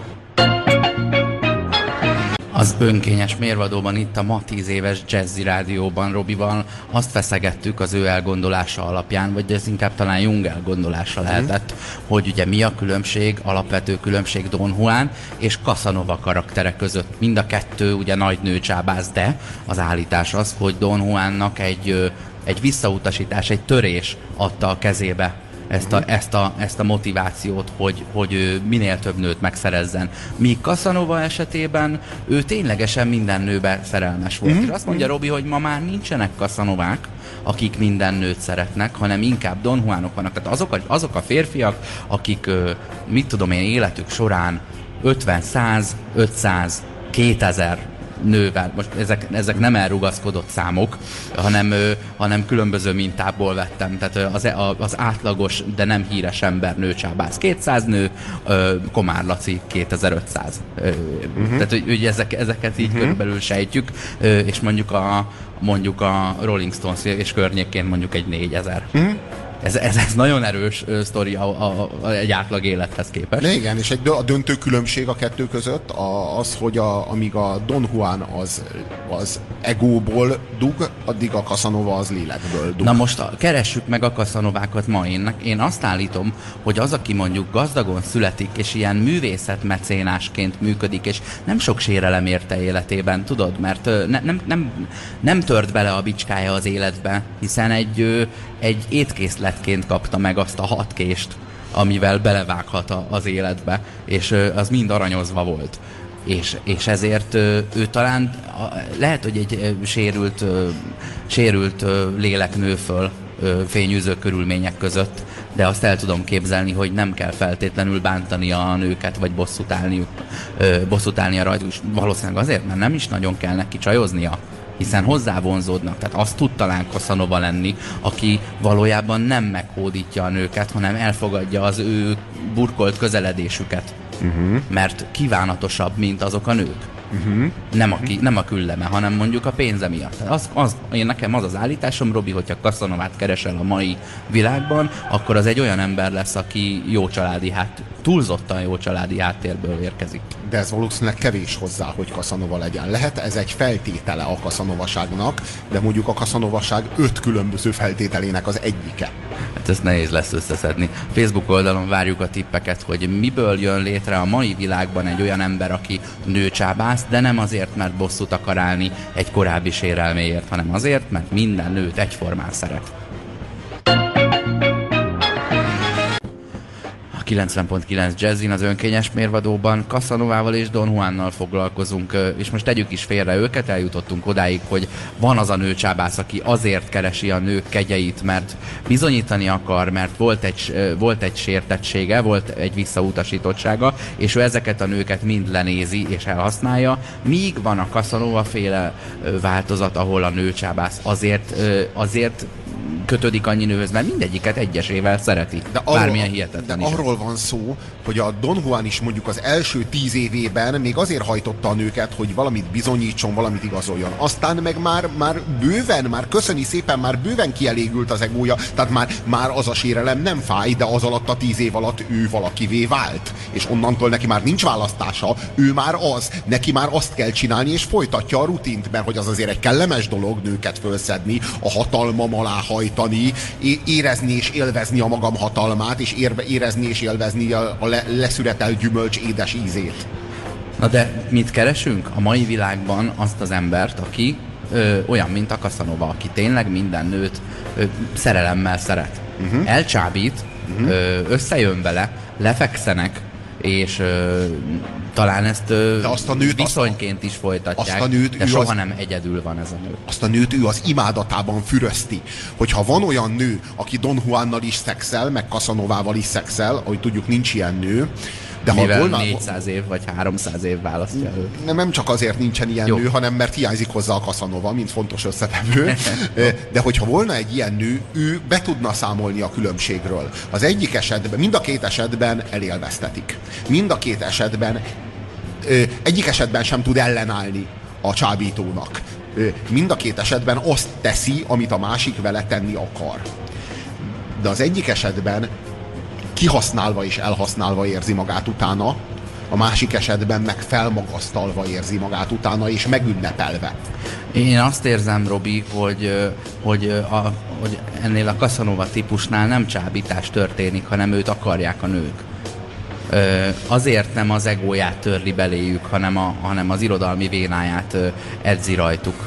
Az önkényes mérvadóban itt a ma 10 éves Jazzy Rádióban Robival azt feszegettük az ő elgondolása alapján, vagy ez inkább talán Jung elgondolása lehetett, hogy ugye mi a különbség, alapvető különbség Don Juan és Casanova karaktere között. Mind a kettő ugye nagy nőcsábász, de az állítás az, hogy Don Juannak egy visszautasítás, egy törés adta a kezébe ezt a motivációt, hogy ő minél több nőt megszerezzen. Míg Casanova esetében ő ténylegesen minden nőbe szerelmes volt. És azt mondja Robi, hogy ma már nincsenek Casanovák, akik minden nőt szeretnek, hanem inkább Don Juanok vannak. Tehát azok a férfiak, akik, mit tudom én, életük során 50, 100, 500, 2000 nővel, most ezek nem elrugaszkodott számok, hanem különböző mintából vettem. Tehát az átlagos, de nem híres ember nőcsábász 200 nő, Komár Laci 2500. Tehát hogy ezeket így körülbelül sejtjük, és mondjuk a Rolling Stones és környékén mondjuk egy 4000. Ez nagyon erős sztori egy átlag élethez képest. De igen, és a döntő különbség a kettő között az, hogy amíg a Don Juan az egóból dug, addig a Casanova az lélekből dug. Na most keressük meg a Casanovákat ma. Én azt állítom, hogy az, aki mondjuk gazdagon születik, és ilyen művészetmecénásként működik, és nem sok sérelem érte életében, tudod, mert nem tört bele a bicskája az életbe, hiszen egy étkészletként kapta meg azt a 6 kést, amivel belevághat az életbe, és az mind aranyozva volt. És ezért ő talán lehet, hogy egy sérült lélek nő föl fényűző körülmények között, de azt el tudom képzelni, hogy nem kell feltétlenül bántani a nőket, vagy bosszút állnia rajtuk, és valószínűleg azért, mert nem is nagyon kell neki csajoznia, hiszen hozzávonzódnak. Tehát azt tud talán Casanova lenni, aki valójában nem meghódítja a nőket, hanem elfogadja az ő burkolt közeledésüket. Mert kívánatosabb, mint azok a nők. Nem a külleme, hanem mondjuk a pénze miatt. Nekem az állításom, Robi, hogyha Casanovát keresel a mai világban, akkor az egy olyan ember lesz, aki túlzottan jó családi háttérből érkezik. De ez valószínűleg kevés hozzá, hogy Casanova legyen. Lehet ez egy feltétele a Casanovaságnak, de mondjuk a Casanovaság 5 különböző feltételének az egyike. Hát ezt nehéz lesz összeszedni. Facebook oldalon várjuk a tippeket, hogy miből jön létre a mai világban egy olyan ember, aki nőcsábász, de nem azért, mert bosszút akar állni egy korábbi sérelméért, hanem azért, mert minden nőt egyformán szeret. 90.9 Jazzin az önkényes mérvadóban Casanovával és Don Juannal foglalkozunk, és most tegyük is félre őket, eljutottunk odáig, hogy van az a nőcsábász, aki azért keresi a nők kegyeit, mert bizonyítani akar, mert volt egy sértettsége, volt egy visszautasítottsága, és ő ezeket a nőket mind lenézi és elhasználja, míg van a Casanova féle változat, ahol a nőcsábász azért kötődik annyi nőhöz, mert mindegyiket egyesével szereti. Bármilyen hihetetlen is. Arról van szó, hogy a Don Juan is mondjuk az első 10 évében még azért hajtotta a nőket, hogy valamit bizonyítson, valamit igazoljon. Aztán meg már bőven, köszöni szépen, már bőven kielégült az egója, tehát már az a sérelem nem fáj, de az alatt a 10 év alatt ő valakivé vált. És onnantól neki már nincs választása, ő már az, neki már azt kell csinálni, és folytatja a rutint, mert hogy az azért egy kellemes dolog nőket fölszedni, a hatalmam alá hajtani, érezni és élvezni a magam hatalmát, és érezni és élvezni a leszüretelt gyümölcs édes ízét. Na de mit keresünk? A mai világban azt az embert, aki olyan, mint a Casanova, aki tényleg minden nőt szerelemmel szeret. Elcsábít, összejön vele, lefekszenek, és talán ezt viszonyként is folytatják, de soha nem egyedül van ez a nő. Azt a nőt ő az imádatában fürözti. Hogyha van olyan nő, aki Don Juannal is szexel, meg Casanovával is szexel, ahogy tudjuk, nincs ilyen nő, de mivel volna 400 év vagy 300 év választja ő. Nem csak azért nincsen ilyen nő, hanem mert hiányzik hozzá a Casanova, mint fontos összetevő. De hogyha volna egy ilyen nő, ő be tudna számolni a különbségről. Az egyik esetben, mind a két esetben elélveztetik. Mind a két esetben, egyik esetben sem tud ellenállni a csábítónak. Mind a két esetben azt teszi, amit a másik vele tenni akar. De az egyik esetben kihasználva és elhasználva érzi magát utána, a másik esetben meg felmagasztalva érzi magát utána, és megünnepelve. Én azt érzem, Robi, hogy ennél a Casanova típusnál nem csábítás történik, hanem őt akarják a nők. Azért nem az egóját törli beléjük, hanem az irodalmi edzi rajtuk.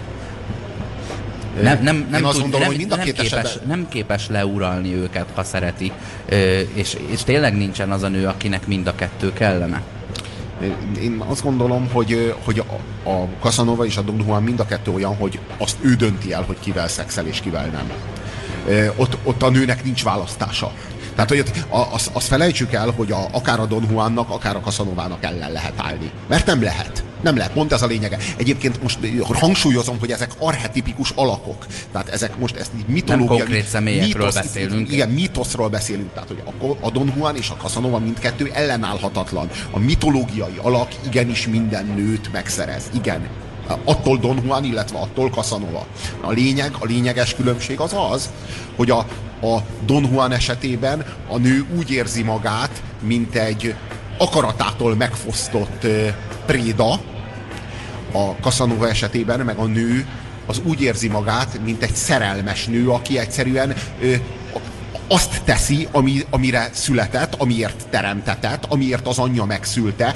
Nem képes leuralni őket, ha szereti, és tényleg nincsen az a nő, akinek mind a kettő kellene. Én azt gondolom, hogy a Casanova és a Don Juan mind a kettő olyan, hogy azt ő dönti el, hogy kivel szexel és kivel nem. Ott a nőnek nincs választása. Tehát, hogy azt felejtsük el, hogy akár a Don Juannak, akár a Casanovának ellen lehet állni. Mert nem lehet. Nem lehet, pont ez a lényege. Egyébként most hangsúlyozom, hogy ezek archetipikus alakok. Tehát ezek most ezt mitológia... Nem konkrét személyekről beszélünk. Igen, mítoszról beszélünk. Tehát, hogy a Don Juan és a Casanova mindkettő ellenállhatatlan. A mitológiai alak igenis minden nőt megszerez. Igen. Attól Don Juan, illetve attól Casanova. A lényeges különbség az, hogy a Don Juan esetében a nő úgy érzi magát, mint egy akaratától megfosztott préda, a Casanova esetében meg a nő az úgy érzi magát, mint egy szerelmes nő, aki egyszerűen azt teszi, amire született, amiért teremtetett, amiért az anyja megszülte,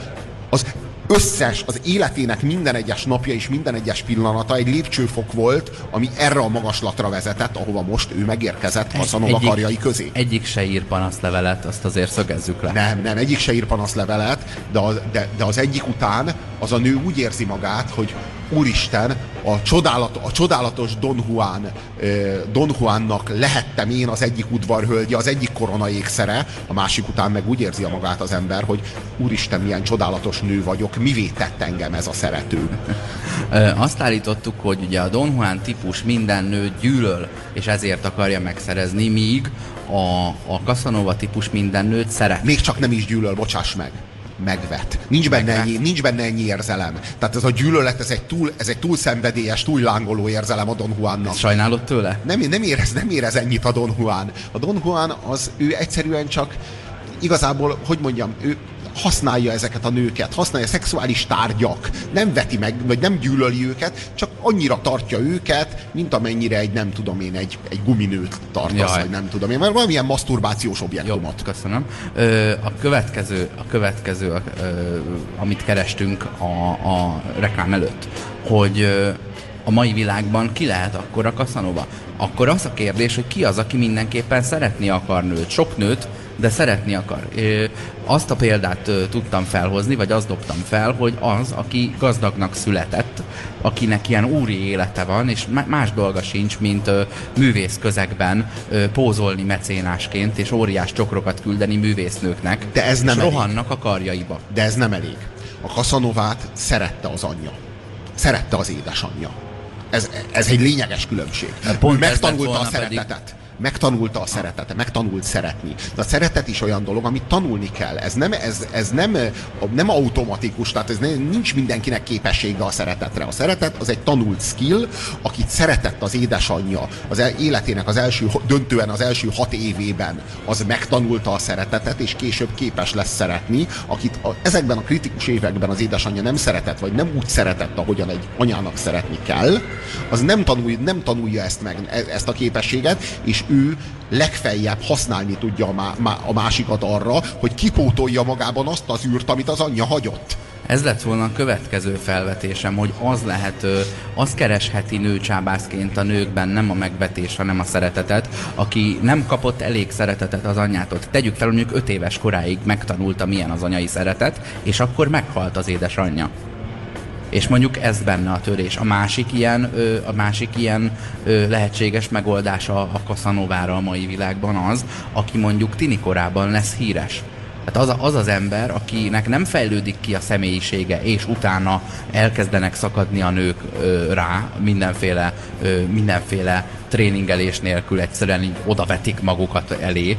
az életének minden egyes napja és minden egyes pillanata egy lépcsőfok volt, ami erre a magaslatra vezetett, ahova most ő megérkezett Casanova karjai közé. Egyik se ír panaszlevelet, azt azért szögezzük le. Nem, egyik se ír panaszlevelet, de az egyik után az a nő úgy érzi magát, hogy úristen, a csodálatos Don Juannak lehettem én az egyik udvarhölgye, az egyik korona ékszere, a másik után meg úgy érzi magát az ember, hogy úristen, milyen csodálatos nő vagyok, mivé tett engem ez a szerető. Azt állítottuk, hogy ugye a Don Juan típus minden nőt gyűlöl, és ezért akarja megszerezni, míg a Casanova típus minden nőt szeret. Még csak nem is gyűlöl, bocsáss meg. megvet. Nincs benne ennyi érzelem. Tehát ez a gyűlölet, ez egy túl szenvedélyes, túl lángoló érzelem a Don Juannak. Ezt sajnálod tőle? Nem érez ennyit a Don Juan. A Don Juan ő egyszerűen csak igazából, hogy mondjam, ő használja ezeket a nőket, használja szexuális tárgyak, nem veti meg, vagy nem gyűlöli őket, csak annyira tartja őket, mint amennyire egy guminőt tartasz, vagy nem tudom én, mert valamilyen maszturbációs objektumot. Jó, köszönöm. A következő, amit kerestünk a reklám előtt, hogy a mai világban ki lehet akkor a Casanova? Akkor az a kérdés, hogy ki az, aki mindenképpen szeretni akar nőt. Sok nőt, de szeretni akar. Azt a példát tudtam felhozni, vagy azt dobtam fel, hogy az, aki gazdagnak született, akinek ilyen úri élete van, és más dolga sincs, mint művész közegben pózolni mecénásként, és óriás csokrokat küldeni művésznőknek, de ez nem és elég. Rohannak a karjaiba. De ez nem elég. A Casanovát szerette az anyja. Szerette az édesanyja. Ez egy lényeges különbség. Megtanulta a szeretetet. Megtanulta a szeretetet, megtanult szeretni. De a szeretet is olyan dolog, amit tanulni kell. Ez nem automatikus, tehát nincs mindenkinek képessége a szeretetre. A szeretet az egy tanult skill, akit szeretett az édesanyja az életének döntően az első 6 évében, az megtanulta a szeretetet, és később képes lesz szeretni, akit ezekben a kritikus években az édesanyja nem szeretett, vagy nem úgy szeretett, ahogyan egy anyának szeretni kell, az nem tanulja ezt a képességet, és ő legfeljebb használni tudja a másikat arra, hogy kipótolja magában azt az űrt, amit az anyja hagyott. Ez lett volna a következő felvetésem, hogy az keresheti nőcsábászként a nőkben nem a megvetés, hanem a szeretetet, aki nem kapott elég szeretetet az anyjától. Tegyük fel, hogy mondjuk 5 éves koráig megtanulta, milyen az anyai szeretet, és akkor meghalt az édesanyja. És mondjuk ez benne a törés. A másik ilyen lehetséges megoldása a Casanovára a mai világban az, aki mondjuk tinikorában lesz híres. Tehát az ember, akinek nem fejlődik ki a személyisége, és utána elkezdenek szakadni a nők rá mindenféle tréningelés nélkül, egyszerűen így odavetik magukat elé,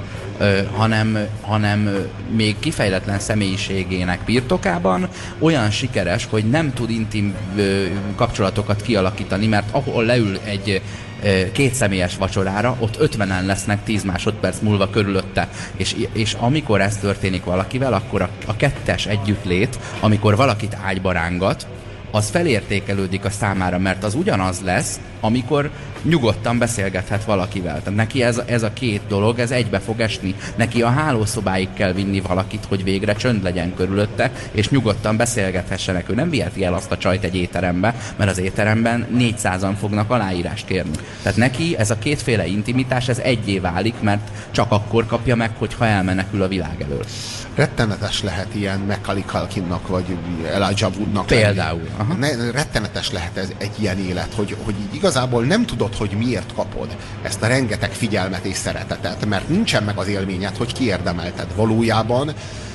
hanem még kifejletlen személyiségének birtokában olyan sikeres, hogy nem tud intim kapcsolatokat kialakítani, mert ahol leül egy 2 személyes vacsorára, ott 50-en lesznek 10 másodperc múlva körülötte. És amikor ez történik valakivel, akkor a kettes együttlét, amikor valakit ágyba rángat, az felértékelődik a számára, mert az ugyanaz lesz, amikor nyugodtan beszélgethet valakivel. Tehát neki ez a 2 dolog, ez egybe fog esni. Neki a hálószobáig kell vinni valakit, hogy végre csönd legyen körülötte, és nyugodtan beszélgethessenek. Ő nem viheti el azt a csajt egy étterembe, mert az étteremben 400-an fognak aláírást kérni. Tehát neki ez a 2 intimitás, ez egyé válik, mert csak akkor kapja meg, hogyha elmenekül a világ elől. Rettenetes lehet ilyen Macaulay Culkinnak, vagy Elijah Woodnak. Például. Rettenetes lehet ez egy ilyen élet, hogy így igazából nem tudod, hogy miért kapod ezt a rengeteg figyelmet és szeretetet, mert nincsen meg az élményed, hogy kiérdemelted. Valójában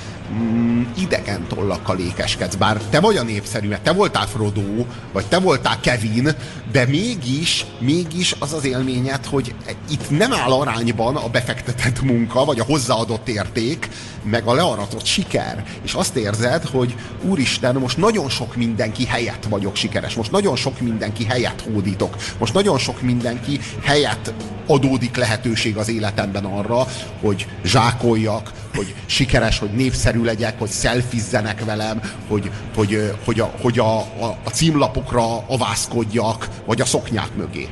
idegen tollakkal ékeskedsz. Bár te vagy a népszerű, mert te voltál Frodo, vagy te voltál Kevin, de mégis az az élményed, hogy itt nem áll arányban a befektetett munka, vagy a hozzáadott érték, meg a learatott siker. És azt érzed, hogy úristen, most nagyon sok mindenki helyett vagyok sikeres, most nagyon sok mindenki helyett hódítok, most nagyon sok mindenki helyett adódik lehetőség az életemben arra, hogy zsákoljak, hogy sikeres, hogy népszerű legyek, hogy szelfizzenek velem, hogy a címlapokra avászkodjak, vagy a szoknyák mögé.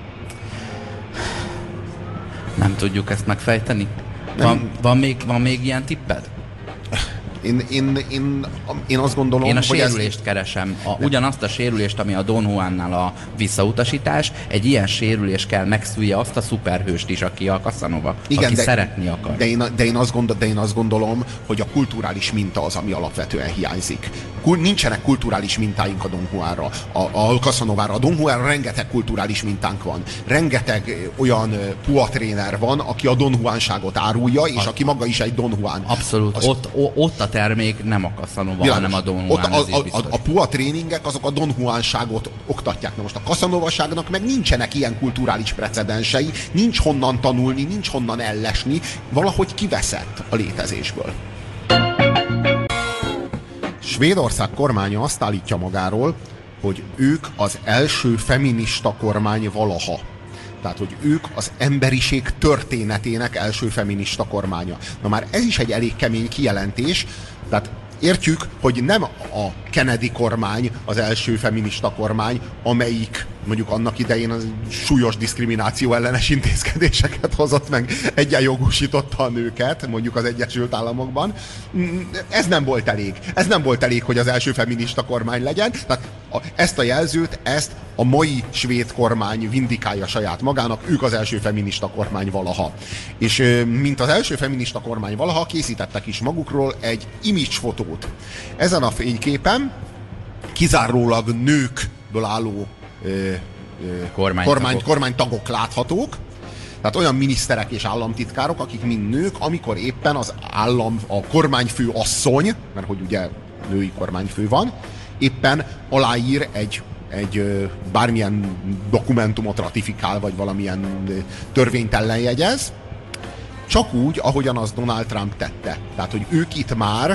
Nem tudjuk ezt megfejteni? Van még ilyen tipped? Én azt gondolom, én a sérülést keresem. Ugyanazt a sérülést, ami a Don Juannál a visszautasítás, egy ilyen sérülés kell megszülje azt a szuperhőst is, aki a Casanova, igen, aki szeretni akar. De én azt gondolom, hogy a kulturális minta az, ami alapvetően hiányzik. Nincsenek kulturális mintáink a Don Juanra, a Casanovára. A Don Juanra rengeteg kulturális mintánk van. Rengeteg olyan puatréner van, aki a Don Juanságot árulja, és aki maga is egy Don Juan. Abszolút. Ott a termék nem a Casanova, hanem a Don Juan. A PUA tréningek azok a Don Juanságot oktatják. Na most a Casanovaságnak meg nincsenek ilyen kulturális precedensei, nincs honnan tanulni, nincs honnan ellesni, valahogy kiveszett a létezésből. Svédország kormánya azt állítja magáról, hogy ők az első feminista kormány valaha. Tehát, hogy ők az emberiség történetének első feminista kormánya. Na már ez is egy elég kemény kijelentés, tehát értjük, hogy nem a Kennedy kormány az első feminista kormány, amelyik mondjuk annak idején az súlyos diszkrimináció ellenes intézkedéseket hozott meg, egyenjogúsította a nőket, mondjuk az Egyesült Államokban. Ez nem volt elég. Ez nem volt elég, hogy az első feminista kormány legyen. Tehát ezt a jelzőt, ezt a mai svéd kormány vindikálja saját magának, ők az első feminista kormány valaha. És mint az első feminista kormány valaha, készítettek is magukról egy image fotót. Ezen a fényképen kizárólag nőkből álló kormánytagok láthatók, tehát olyan miniszterek és államtitkárok, akik mind nők, amikor éppen a kormányfő asszony, mert hogy ugye női kormányfő van, éppen aláír egy bármilyen dokumentumot ratifikál, vagy valamilyen törvényt ellenjegyez, csak úgy, ahogyan az Donald Trump tette. Tehát, hogy ők itt már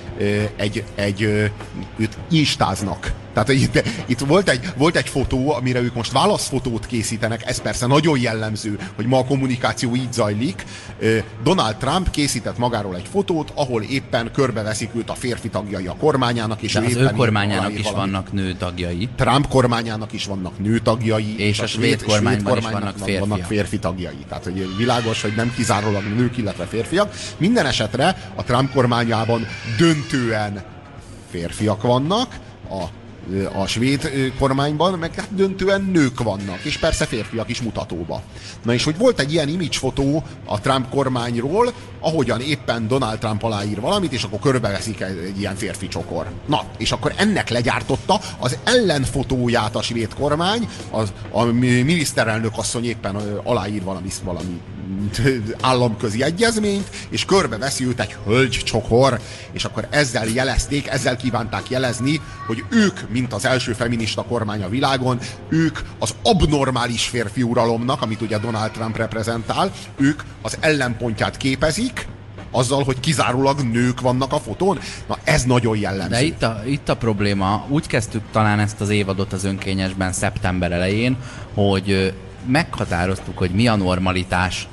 őt instáznak. Tehát itt volt egy fotó, amire ők most válaszfotót készítenek, ez persze nagyon jellemző, hogy ma a kommunikáció így zajlik. Donald Trump készített magáról egy fotót, ahol éppen körbeveszik őt a férfi tagjai a kormányának, és de az ő kormányának is valamit. vannak nőtagjai. Trump kormányának is vannak nőtagjai, és a svéd kormányban is vannak férfi tagjai. Tehát, hogy világos, hogy nem kizárólag nők, illetve férfiak. Minden esetre a Trump kormányában döntően férfiak vannak, a svéd kormányban meg hát döntően nők vannak, és persze férfiak is mutatóba. Na és hogy volt egy ilyen image fotó a Trump kormányról, ahogyan éppen Donald Trump aláír valamit, és akkor körbeveszik egy ilyen férfi csokor. Na, és akkor ennek legyártotta az ellenfotóját a svéd kormány, a miniszterelnök asszony éppen aláír valami államközi egyezményt, és körbeveszi őt egy hölgycsokor, és akkor ezzel kívánták jelezni, hogy ők, mint az első feminista kormány a világon, ők az abnormális férfi uralomnak, amit ugye Donald Trump reprezentál, ők az ellenpontját képezik, azzal, hogy kizárólag nők vannak a fotón. Na, ez nagyon jellemző. De itt a probléma, úgy kezdtük talán ezt az évadot az Önkényesben szeptember elején, hogy meghatároztuk, hogy mi a normalitás,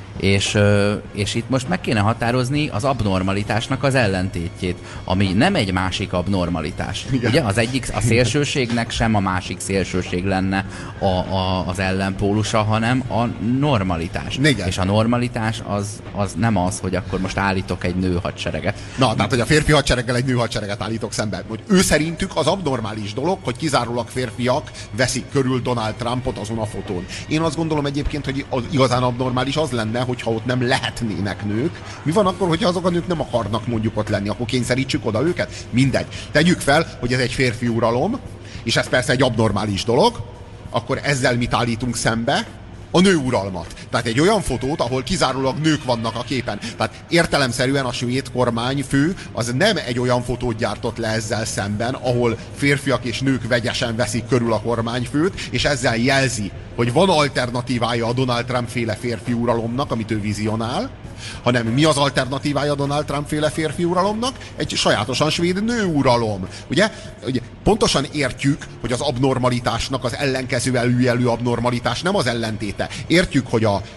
és itt most meg kéne határozni az abnormalitásnak az ellentétjét, ami nem egy másik abnormalitás. Igen. Ugye az egyik, a szélsőségnek sem a másik szélsőség lenne az ellenpólusa, hanem a normalitás. Igen. És a normalitás az nem az, hogy akkor most állítok egy nő hadsereget. Na, tehát, hogy a férfi hadsereggel egy nő hadsereget állítok szembe. Hogy ő szerintük az abnormális dolog, hogy kizárólag férfiak veszik körül Donald Trumpot azon a fotón. Én azt gondolom egyébként, hogy az igazán abnormális az lenne, hogyha ott nem lehetnének nők. Mi van akkor, hogyha azok a nők nem akarnak mondjuk ott lenni? Akkor kényszerítsük oda őket? Mindegy. Tegyük fel, hogy ez egy férfi uralom, és ez persze egy abnormális dolog, akkor ezzel mit állítunk szembe? A nőuralmat. Tehát egy olyan fotót, ahol kizárólag nők vannak a képen. Tehát értelemszerűen a svéd kormányfő az nem egy olyan fotót gyártott le ezzel szemben, ahol férfiak és nők vegyesen veszik körül a kormányfőt, és ezzel jelzi, hogy van alternatívája a Donald Trump féle férfi uralomnak, amit ő vizionál, hanem mi az alternatívája Donald Trump féle férfi uralomnak? Egy sajátosan svéd nőuralom. Ugye pontosan értjük, hogy az abnormalitásnak az ellenkező előjelű abnormalitás nem az ellentéte. Értjük, hogy a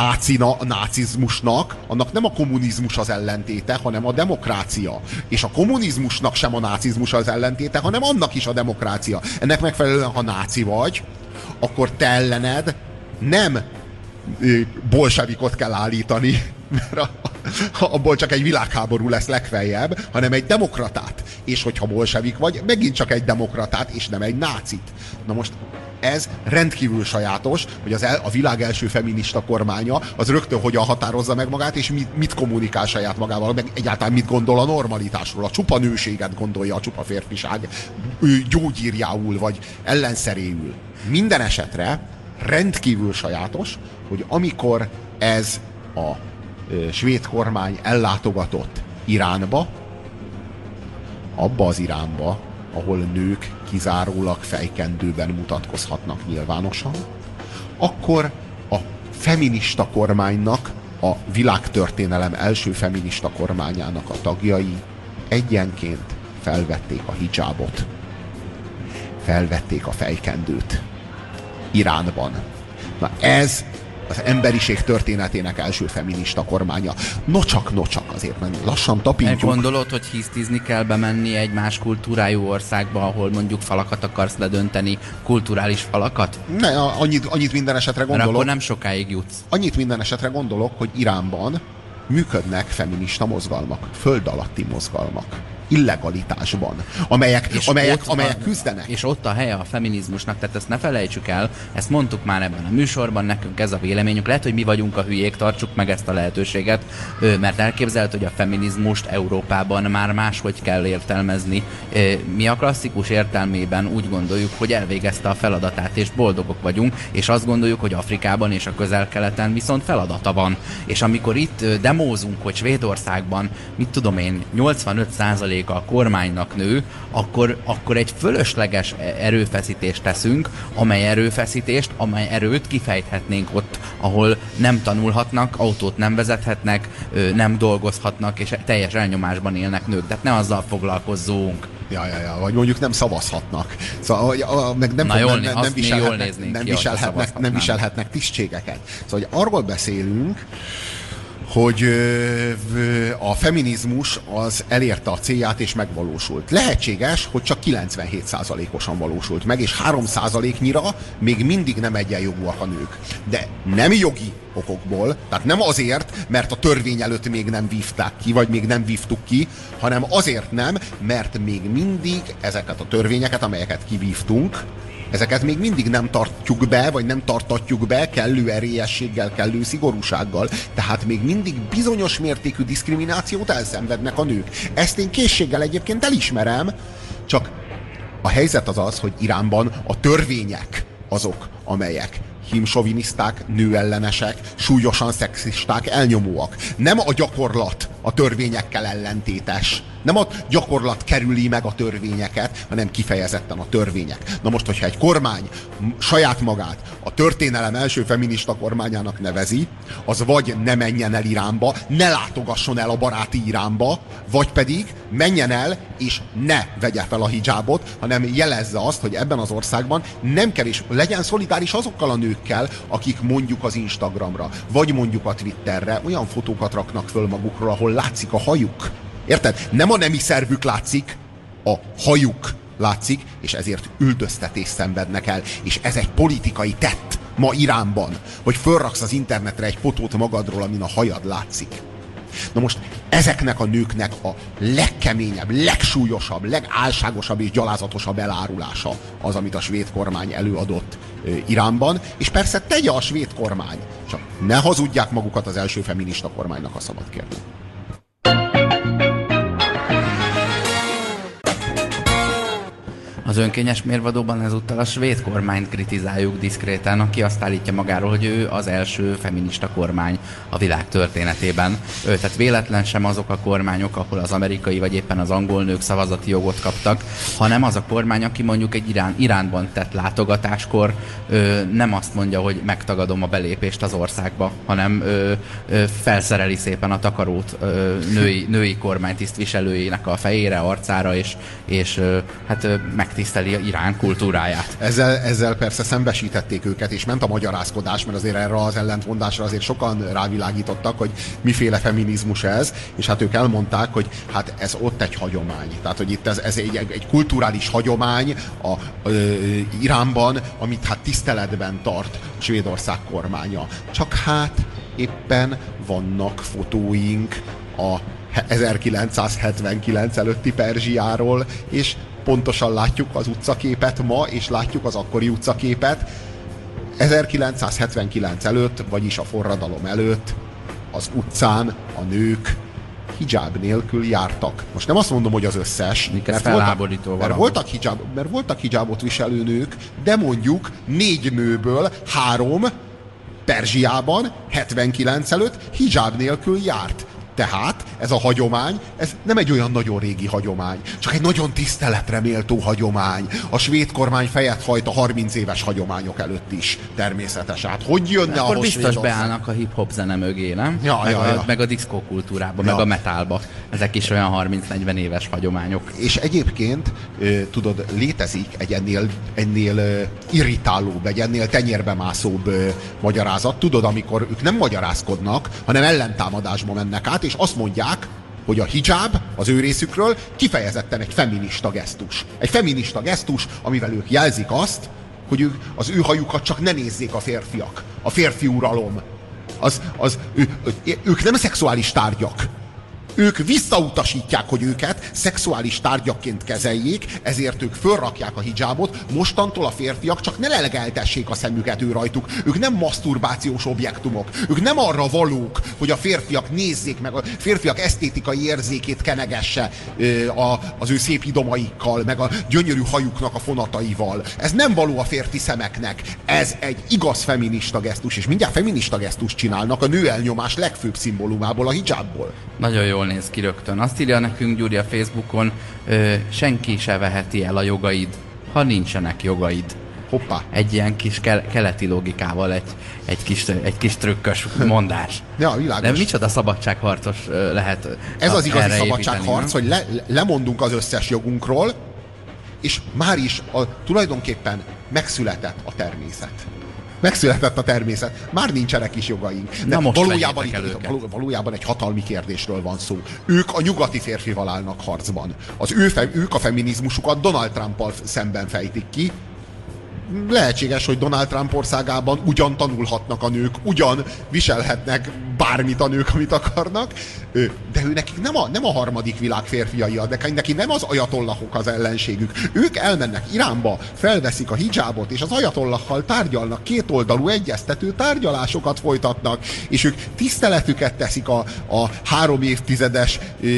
nácizmusnak, annak nem a kommunizmus az ellentéte, hanem a demokrácia. És a kommunizmusnak sem a nácizmus az ellentéte, hanem annak is a demokrácia. Ennek megfelelően, ha náci vagy, akkor te ellened nem bolsevikot kell állítani, mert abból csak egy világháború lesz legfeljebb, hanem egy demokratát. És hogyha bolsevik vagy, megint csak egy demokratát, és nem egy nácit. Na most ez rendkívül sajátos, hogy a világ első feminista kormánya az rögtön hogyan határozza meg magát, és mit kommunikál saját magával, meg egyáltalán mit gondol a normalitásról. A csupa nőséget gondolja, a csupa férfiság gyógyírjául, vagy ellenszeréül. Minden esetre rendkívül sajátos, hogy amikor ez a svéd kormány ellátogatott Iránba, abba az Iránba, ahol nők kizárólag fejkendőben mutatkozhatnak nyilvánosan, akkor a feminista kormánynak, a világtörténelem első feminista kormányának a tagjai egyenként felvették a hidzsábot. Felvették a fejkendőt. Iránban. Na ez az emberiség történetének első feminista kormánya. Nocsak, azért lassan tapintjuk. Gondolod, hogy hisztizni kell bemenni egy más kultúrájú országba, ahol mondjuk falakat akarsz ledönteni, kulturális falakat? Ne, annyit minden esetre gondolok. Mert akkor nem sokáig jutsz. Annyit minden esetre gondolok, hogy Iránban működnek feminista mozgalmak, föld alatti mozgalmak, illegalitásban, amelyek küzdenek. És ott a helye a feminizmusnak, tehát ezt ne felejtsük el, ezt mondtuk már ebben a műsorban, nekünk ez a véleményünk, lehet, hogy mi vagyunk a hülyék, tartsuk meg ezt a lehetőséget, mert elképzelhető, hogy a feminizmust Európában már máshogy kell értelmezni. Mi a klasszikus értelmében úgy gondoljuk, hogy elvégezte a feladatát, és boldogok vagyunk, és azt gondoljuk, hogy Afrikában és a Közel-Keleten viszont feladata van. És amikor itt demózunk, hogy Svédországban, mit tudom én, 85% a kormánynak nő, akkor egy fölösleges erőfeszítést teszünk, amely erőt kifejthetnénk ott, ahol nem tanulhatnak, autót nem vezethetnek, nem dolgozhatnak, és teljes elnyomásban élnek nők. Tehát ne azzal foglalkozzunk. Ja, vagy mondjuk nem szavazhatnak. Szóval meg nem viselhetnek tisztségeket. Szóval hogy arról beszélünk, hogy a feminizmus az elérte a célját és megvalósult. Lehetséges, hogy csak 97%-osan valósult meg, és 3%-nyira még mindig nem egyenjogúak a nők. De nem jogi okokból, tehát nem azért, mert a törvény előtt még nem vívták ki, vagy még nem vívtuk ki, hanem azért nem, mert még mindig ezeket a törvényeket, amelyeket kivívtunk, ezeket még mindig nem tartjuk be, vagy nem tartatjuk be kellő erélyességgel, kellő szigorúsággal. Tehát még mindig bizonyos mértékű diszkriminációt elszenvednek a nők. Ezt én készséggel egyébként elismerem, csak a helyzet az az, hogy Iránban a törvények azok, amelyek hímsoviniszták, nőellenesek, súlyosan szexisták, elnyomóak. Nem a gyakorlat a törvényekkel ellentétes. Nem a gyakorlat kerüli meg a törvényeket, hanem kifejezetten a törvények. Na most, hogyha egy kormány saját magát a történelem első feminista kormányának nevezi, az vagy ne menjen el Iránba, ne látogasson el a baráti Iránba, vagy pedig menjen el, és ne vegye fel a hidzsábot, hanem jelezze azt, hogy ebben az országban nem kevés, legyen szolidáris azokkal a nőkkel, akik mondjuk az Instagramra, vagy mondjuk a Twitterre olyan fotókat raknak föl magukról, ahol látszik a hajuk. Érted? Nem a nemi szervük látszik, a hajuk látszik, és ezért üldöztetést szenvednek el. És ez egy politikai tett ma Iránban, hogy fölraksz az internetre egy fotót magadról, amin a hajad látszik. Na most ezeknek a nőknek a legkeményebb, legsúlyosabb, legálságosabb és gyalázatosabb elárulása az, amit a svéd kormány előadott Iránban, és persze tegye a svéd kormány. Csak ne hazudják magukat az első feminista kormánynak, a szabad kérni. Az önkényes mérvadóban ezúttal a svéd kormányt kritizáljuk diszkréten, aki azt állítja magáról, hogy ő az első feminista kormány a világ történetében. Tehát véletlen sem azok a kormányok, ahol az amerikai vagy éppen az angol nők szavazati jogot kaptak, hanem az a kormány, aki mondjuk egy Iránban tett látogatáskor nem azt mondja, hogy megtagadom a belépést az országba, hanem felszereli szépen a takarót női kormánytisztviselőjének a fejére, arcára, és hát megtiszteli Irán kultúráját. Ezzel persze szembesítették őket, és ment a magyarázkodás, mert azért erre az ellentmondásra azért sokan rávilágítottak, hogy miféle feminizmus ez, és hát ők elmondták, hogy hát ez ott egy hagyomány. Tehát, hogy itt ez egy kulturális hagyomány Iránban, amit hát tiszteletben tart a Svédország kormánya. Csak hát éppen vannak fotóink a 1979 előtti Perzsiáról, és pontosan látjuk az utcaképet ma, és látjuk az akkori utcaképet. 1979 előtt, vagyis a forradalom előtt az utcán a nők hidzsáb nélkül jártak. Most nem azt mondom, hogy az összes, mert voltak hidzsábot viselő nők, de mondjuk 4 nőből 3 Perzsiában 79 előtt hidzsáb nélkül járt. Tehát ez a hagyomány, ez nem egy olyan nagyon régi hagyomány, csak egy nagyon tiszteletre méltó hagyomány. A svéd kormány fejet hajt a 30 éves hagyományok előtt is, természetesen. Hát hogy jönne akkor ahhoz biztos beállnak a hip-hop zene mögé, nem? Meg a diszkó kultúrába, meg a metálba. Ezek is olyan 30-40 éves hagyományok. És egyébként, tudod, létezik egy ennél irritálóbb, egy ennél tenyérbe mászóbb magyarázat. Tudod, amikor ők nem magyarázkodnak, hanem ellentámadásba mennek át, és azt mondják, hogy a hijab az ő részükről kifejezetten egy feminista gesztus. Egy feminista gesztus, amivel ők jelzik azt, hogy az ő hajukat csak ne nézzék a férfiak. A férfi uralom. Ők nem szexuális tárgyak. Ők visszautasítják, hogy őket szexuális tárgyakként kezeljék, ezért ők fölrakják a hijabot, mostantól a férfiak csak ne lelegeltessék a szemüket ő rajtuk. Ők nem maszturbációs objektumok. Ők nem arra valók, hogy a férfiak nézzék meg, a férfiak esztétikai érzékét kenegesse az ő szép idomaikkal, meg a gyönyörű hajuknak a fonataival. Ez nem való a férfi szemeknek. Ez egy igaz feminista gesztus, és mindjárt feminista gesztust csinálnak a nő elnyomás legfőbb szimbólumából, a hijabból. Nagyon jól néz ki rögtön. Azt írja nekünk Gyuri a Facebookon, senki se veheti el a jogaid, ha nincsenek jogaid. Hoppá. Egy ilyen kis keleti logikával egy kis trükkös mondás. Ja, világos. De micsoda szabadságharcos lehet ez az igazi építeni, szabadságharc, hogy lemondunk az összes jogunkról, és már is tulajdonképpen megszületett a természet. Megszületett a természet. Már nincsenek is jogaink. De valójában egy hatalmi kérdésről van szó. Ők a nyugati férfival állnak harcban. Ők a feminizmusukat Donald Trumpal szemben fejtik ki. Lehetséges, hogy Donald Trump országában ugyan tanulhatnak a nők, ugyan viselhetnek bármit a nők, amit akarnak, de ő nekik nem a harmadik világ férfiai, neki nem az ajatollahok az ellenségük. Ők elmennek Iránba, felveszik a hijabot, és az ajatollahhal tárgyalnak, kétoldalú egyeztető tárgyalásokat folytatnak, és ők tiszteletüket teszik a 3 évtizedes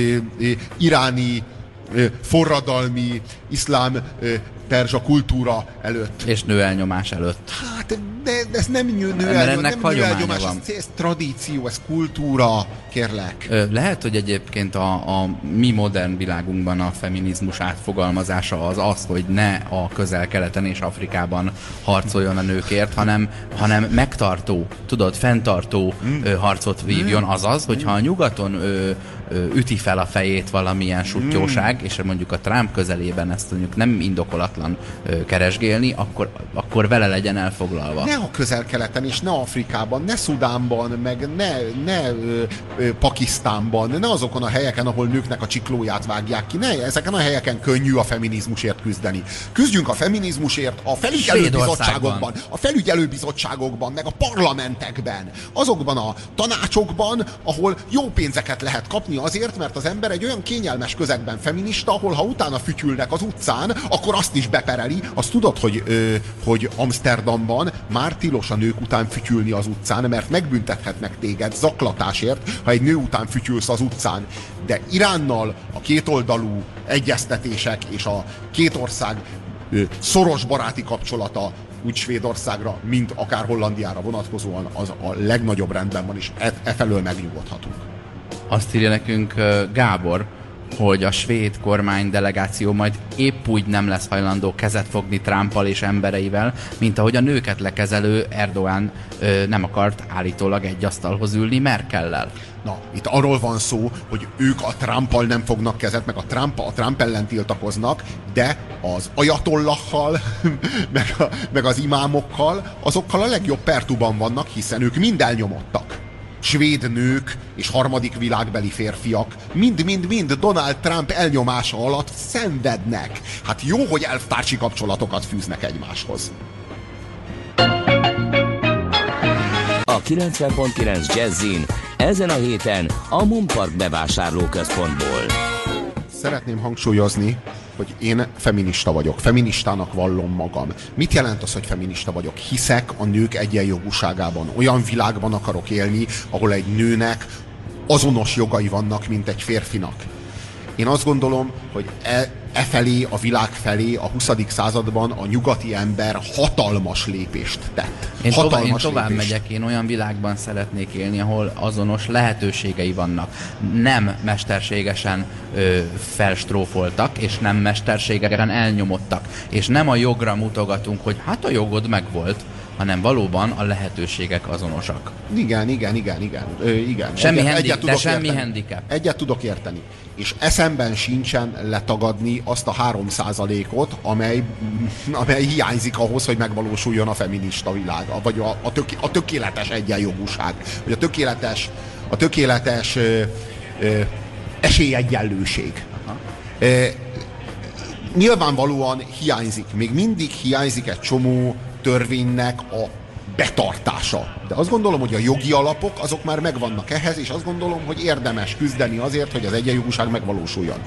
iráni forradalmi iszlám perzsa kultúra előtt. És nőelnyomás előtt. Hát, de ez nem nőelnyomás, ez tradíció, ez kultúra, kérlek. Lehet, hogy egyébként a mi modern világunkban a feminizmus átfogalmazása az, hogy ne a Közel-Keleten és Afrikában harcoljon a nőkért, hanem megtartó, fenntartó harcot vívjon, azaz, hogyha a nyugaton üti fel a fejét valamilyen suttyóság, és mondjuk a Trump közelében ezt mondjuk nem indokolatlan keresgélni, akkor vele legyen elfoglalva. Ne a Közel-Keleten és ne Afrikában, ne Szudánban, meg ne Pakisztánban, ne azokon a helyeken, ahol nőknek a csiklóját vágják ki, ne ezeken a helyeken könnyű a feminizmusért küzdeni. Küzdjünk a feminizmusért a felügyelőbizottságokban, meg a parlamentekben, azokban a tanácsokban, ahol jó pénzeket lehet kapni azért, mert az ember egy olyan kényelmes közegben feminista, ahol ha utána fütyülnek az utcán, akkor azt is bepereli. Azt tudod, hogy Amsterdamban már tilos a nők után fütyülni az utcán, mert megbüntethetnek téged zaklatásért, ha egy nő után fütyülsz az utcán. De Iránnal a kétoldalú egyeztetések és a két ország szoros baráti kapcsolata úgy Svédországra, mint akár Hollandiára vonatkozóan az a legnagyobb rendben van, és efelől megnyugodhatunk. Azt írja nekünk Gábor, hogy a svéd kormány delegáció majd épp úgy nem lesz hajlandó kezet fogni Trumpal és embereivel, mint ahogy a nőket lekezelő Erdogan nem akart állítólag egy asztalhoz ülni Merkellel. Na, itt arról van szó, hogy ők a Trumpal nem fognak kezet, meg a Trump ellen tiltakoznak, de az ajatollahhal, meg az imámokkal, azokkal a legjobb pertuban vannak, hiszen ők mind elnyomottak. Svéd nők és harmadik világbeli férfiak mind Donald Trump elnyomása alatt szenvednek. Hát jó, hogy elvtársi kapcsolatokat fűznek egymáshoz. A 90.9 Jazzin ezen a héten a Mumpark bevásárlóközpontból. Szeretném hangsúlyozni, hogy én feminista vagyok. Feministának vallom magam. Mit jelent az, hogy feminista vagyok? Hiszek a nők egyenjogúságában. Olyan világban akarok élni, ahol egy nőnek azonos jogai vannak, mint egy férfinak. Én azt gondolom, hogy felé, a világ felé a 20. században a nyugati ember hatalmas lépést tett. Én tovább megyek, én olyan világban szeretnék élni, ahol azonos lehetőségei vannak. Nem mesterségesen felstrófoltak, és nem mesterségesen elnyomottak. És nem a jogra mutogatunk, hogy hát a jogod megvolt, hanem valóban a lehetőségek azonosak. Igen. Semmi handicap. Egyet tudok érteni. És eszemben sincsen letagadni azt a 3%-ot, amely hiányzik ahhoz, hogy megvalósuljon a feminista világ, vagy a tökéletes egyenjogúság, vagy a tökéletes esélyegyenlőség. Nyilvánvalóan hiányzik, még mindig hiányzik egy csomó törvénynek a betartása. De azt gondolom, hogy a jogi alapok azok már megvannak ehhez, és azt gondolom, hogy érdemes küzdeni azért, hogy az egyenjogúság megvalósuljon.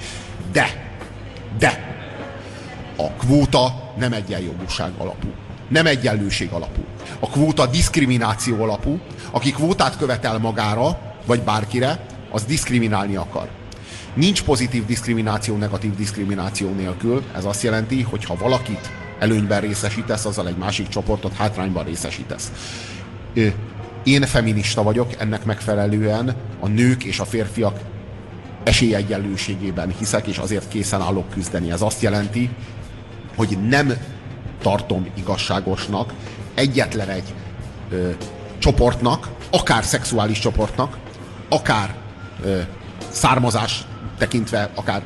De a kvóta nem egyenjogúság alapú. Nem egyenlőség alapú. A kvóta diszkrimináció alapú. Aki kvótát követel magára, vagy bárkire, az diszkriminálni akar. Nincs pozitív diszkrimináció negatív diszkrimináció nélkül. Ez azt jelenti, hogy ha valakit előnyben részesítesz, azzal egy másik csoportot hátrányban részesítesz. Én feminista vagyok, ennek megfelelően a nők és a férfiak esélyegyenlőségében hiszek, és azért készen állok küzdeni. Ez azt jelenti, hogy nem tartom igazságosnak egyetlen egy csoportnak, akár szexuális csoportnak, akár származás tekintve, akár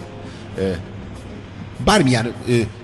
bármilyen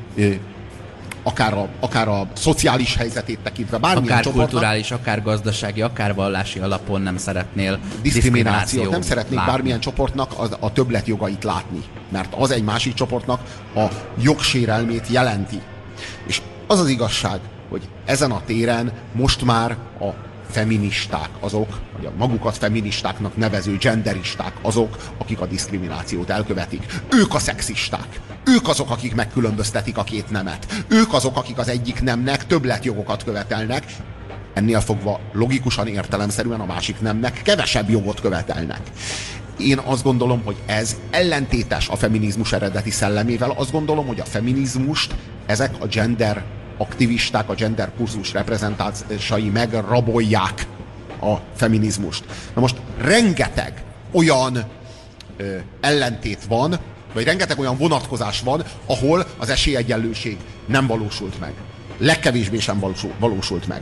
akár a szociális helyzetét tekintve, bármilyen akár kulturális, akár gazdasági, akár vallási alapon nem szeretnél diszkriminációt. Nem szeretnék bármilyen csoportnak a többletjogait látni, mert az egy másik csoportnak a jogsérelmét jelenti. És az az igazság, hogy ezen a téren most már a feministák azok, vagy a magukat feministáknak nevező genderisták azok, akik a diszkriminációt elkövetik. Ők a szexisták. Ők azok, akik megkülönböztetik a két nemet. Ők azok, akik az egyik nemnek többletjogokat követelnek, ennél fogva logikusan, értelemszerűen a másik nemnek kevesebb jogot követelnek. Én azt gondolom, hogy ez ellentétes a feminizmus eredeti szellemével. Azt gondolom, hogy a feminizmust ezek a gender aktivisták, a gender kurzus reprezentánsai megrabolják a feminizmust. Na most rengeteg olyan ellentét van, vagy rengeteg olyan vonatkozás van, ahol az esélyegyenlőség nem valósult meg. Legkevésbé sem valósult meg.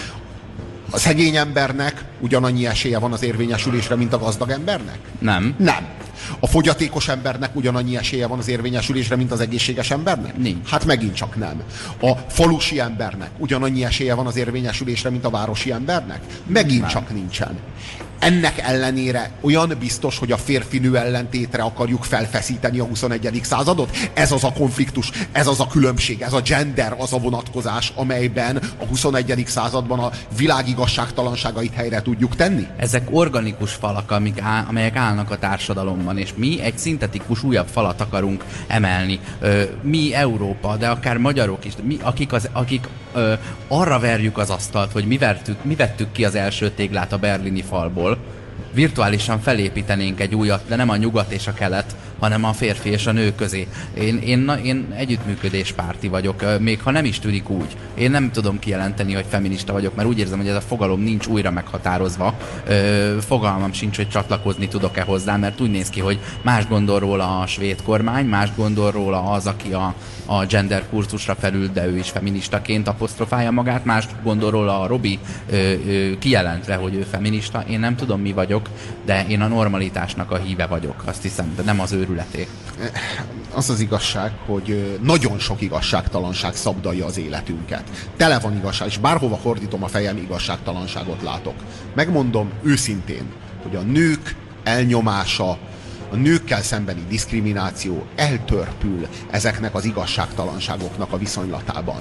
A szegény embernek ugyanannyi esélye van az érvényesülésre, mint a gazdag embernek? Nem. Nem. A fogyatékos embernek ugyanannyi esélye van az érvényesülésre, mint az egészséges embernek? Nincs. Hát megint csak nem. A falusi embernek ugyanannyi esélye van az érvényesülésre, mint a városi embernek? Megint nem. Csak nincsen. Ennek ellenére olyan biztos, hogy a férfi-nő ellentétre akarjuk felfeszíteni a 21. századot? Ez az a konfliktus, ez az a különbség, ez a gender, az a vonatkozás, amelyben a 21. században a világ igazságtalanságait helyre tudjuk tenni? Ezek organikus falak, amelyek állnak a társadalomban, és mi egy szintetikus újabb falat akarunk emelni. Mi Európa, de akár magyarok is, mi, akik arra verjük az asztalt, hogy mi vettük ki az első téglát a berlini falból, virtuálisan felépítenénk egy újat, de nem a nyugat és a kelet, hanem a férfi és a nő közé. Én együttműködéspárti vagyok, még ha nem is tűnik úgy. Én nem tudom kijelenteni, hogy feminista vagyok, mert úgy érzem, hogy ez a fogalom nincs újra meghatározva. Fogalmam sincs, hogy csatlakozni tudok-e hozzá, mert úgy néz ki, hogy más gondol róla a svéd kormány, más gondol róla az, aki a gender kurzusra felül, de ő is feministaként apostrofálja magát, más gondol róla a Robi kijelentve, hogy ő feminista. Én nem tudom, mi vagyok, de én a normalitásnak a híve vagyok, azt hiszem, de nem az őrületé. Az az igazság, hogy nagyon sok igazságtalanság szabdalja az életünket. Tele van igazság, és bárhova fordítom a fejem, igazságtalanságot látok. Megmondom őszintén, hogy a nők elnyomása, a nőkkel szembeni diszkrimináció eltörpül ezeknek az igazságtalanságoknak a viszonylatában.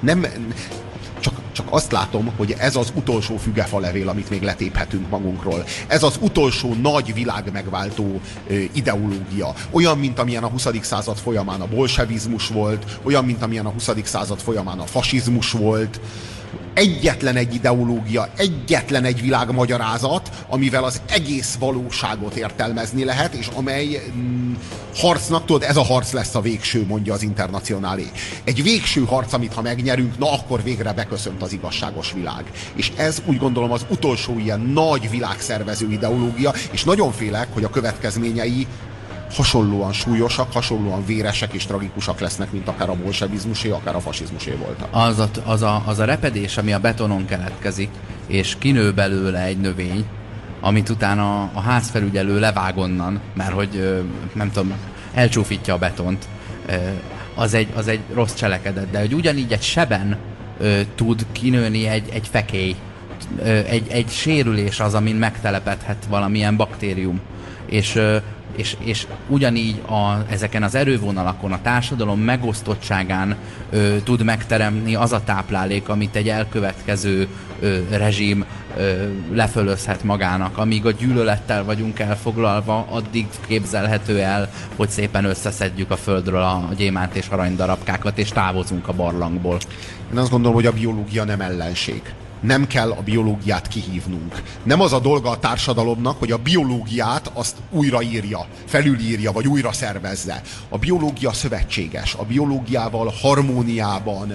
Csak azt látom, hogy ez az utolsó fügefalevél, amit még letéphetünk magunkról. Ez az utolsó nagy világ megváltó ideológia. Olyan, mint amilyen a 20. század folyamán a bolsevizmus volt, olyan, mint amilyen a 20. század folyamán a fasizmus volt, egyetlen egy ideológia, egyetlen egy világmagyarázat, amivel az egész valóságot értelmezni lehet, és amely harcnak, tudod, ez a harc lesz a végső, mondja az Internacionálé. Egy végső harc, amit ha megnyerünk, na akkor végre beköszönt az igazságos világ. És ez úgy gondolom az utolsó ilyen nagy világszervező ideológia, és nagyon félek, hogy a következményei hasonlóan súlyosak, hasonlóan véresek és tragikusak lesznek, mint akár a bolsevizmusé, akár a fasizmusé voltak. Az a repedés, ami a betonon keletkezik, és kinő belőle egy növény, amit utána a házfelügyelő levág onnan, mert hogy nem tudom, elcsúfítja a betont, az egy rossz cselekedet, de hogy ugyanígy egy seben tud kinőni egy fekély, egy sérülés az, amin megtelepedhet valamilyen baktérium. És ugyanígy ezeken az erővonalakon, a társadalom megosztottságán tud megteremni az a táplálék, amit egy elkövetkező rezsim lefölözhet magának. Amíg a gyűlölettel vagyunk elfoglalva, addig képzelhető el, hogy szépen összeszedjük a földről a gyémánt és arany darabkákat, és távozunk a barlangból. Én azt gondolom, hogy a biológia nem ellenség. Nem kell a biológiát kihívnunk. Nem az a dolga a társadalomnak, hogy a biológiát azt újraírja, felülírja, vagy újra szervezze. A biológia szövetséges. A biológiával harmóniában,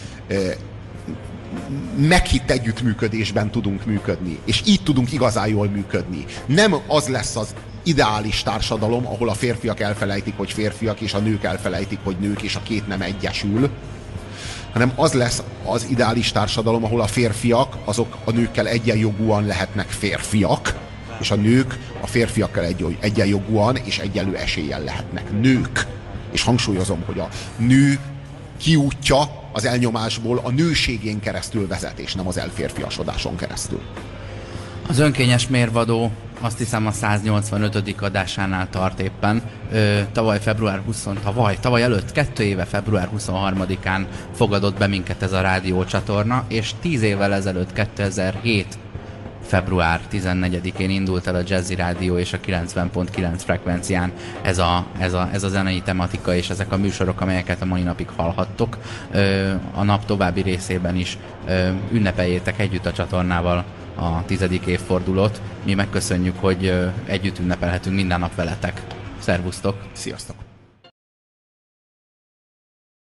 meghitt együttműködésben tudunk működni. És így tudunk igazán jól működni. Nem az lesz az ideális társadalom, ahol a férfiak elfelejtik, hogy férfiak, és a nők elfelejtik, hogy nők, és a két nem egyesül, hanem az lesz az ideális társadalom, ahol a férfiak azok a nőkkel egyenjogúan lehetnek férfiak, és a nők a férfiakkal egyenjogúan és egyenlő eséllyel lehetnek nők. És hangsúlyozom, hogy a nő kiútja az elnyomásból a nőségén keresztül vezet, és nem az elférfiasodáson keresztül. Az önkényes mérvadó azt hiszem a 185. adásánál tart éppen. Tavaly előtt, 2 éve február 23-án fogadott be minket ez a rádiócsatorna, és 10 évvel ezelőtt, 2007 február 14-én indult el a Jazzy Rádió és a 90.9 frekvencián ez a zenei tematika és ezek a műsorok, amelyeket a mai napig hallhattok. A nap további részében is ünnepeljétek együtt a csatornával a 10. évfordulót. Mi megköszönjük, hogy együtt ünnepelhetünk minden nap veletek. Szervusztok! Sziasztok!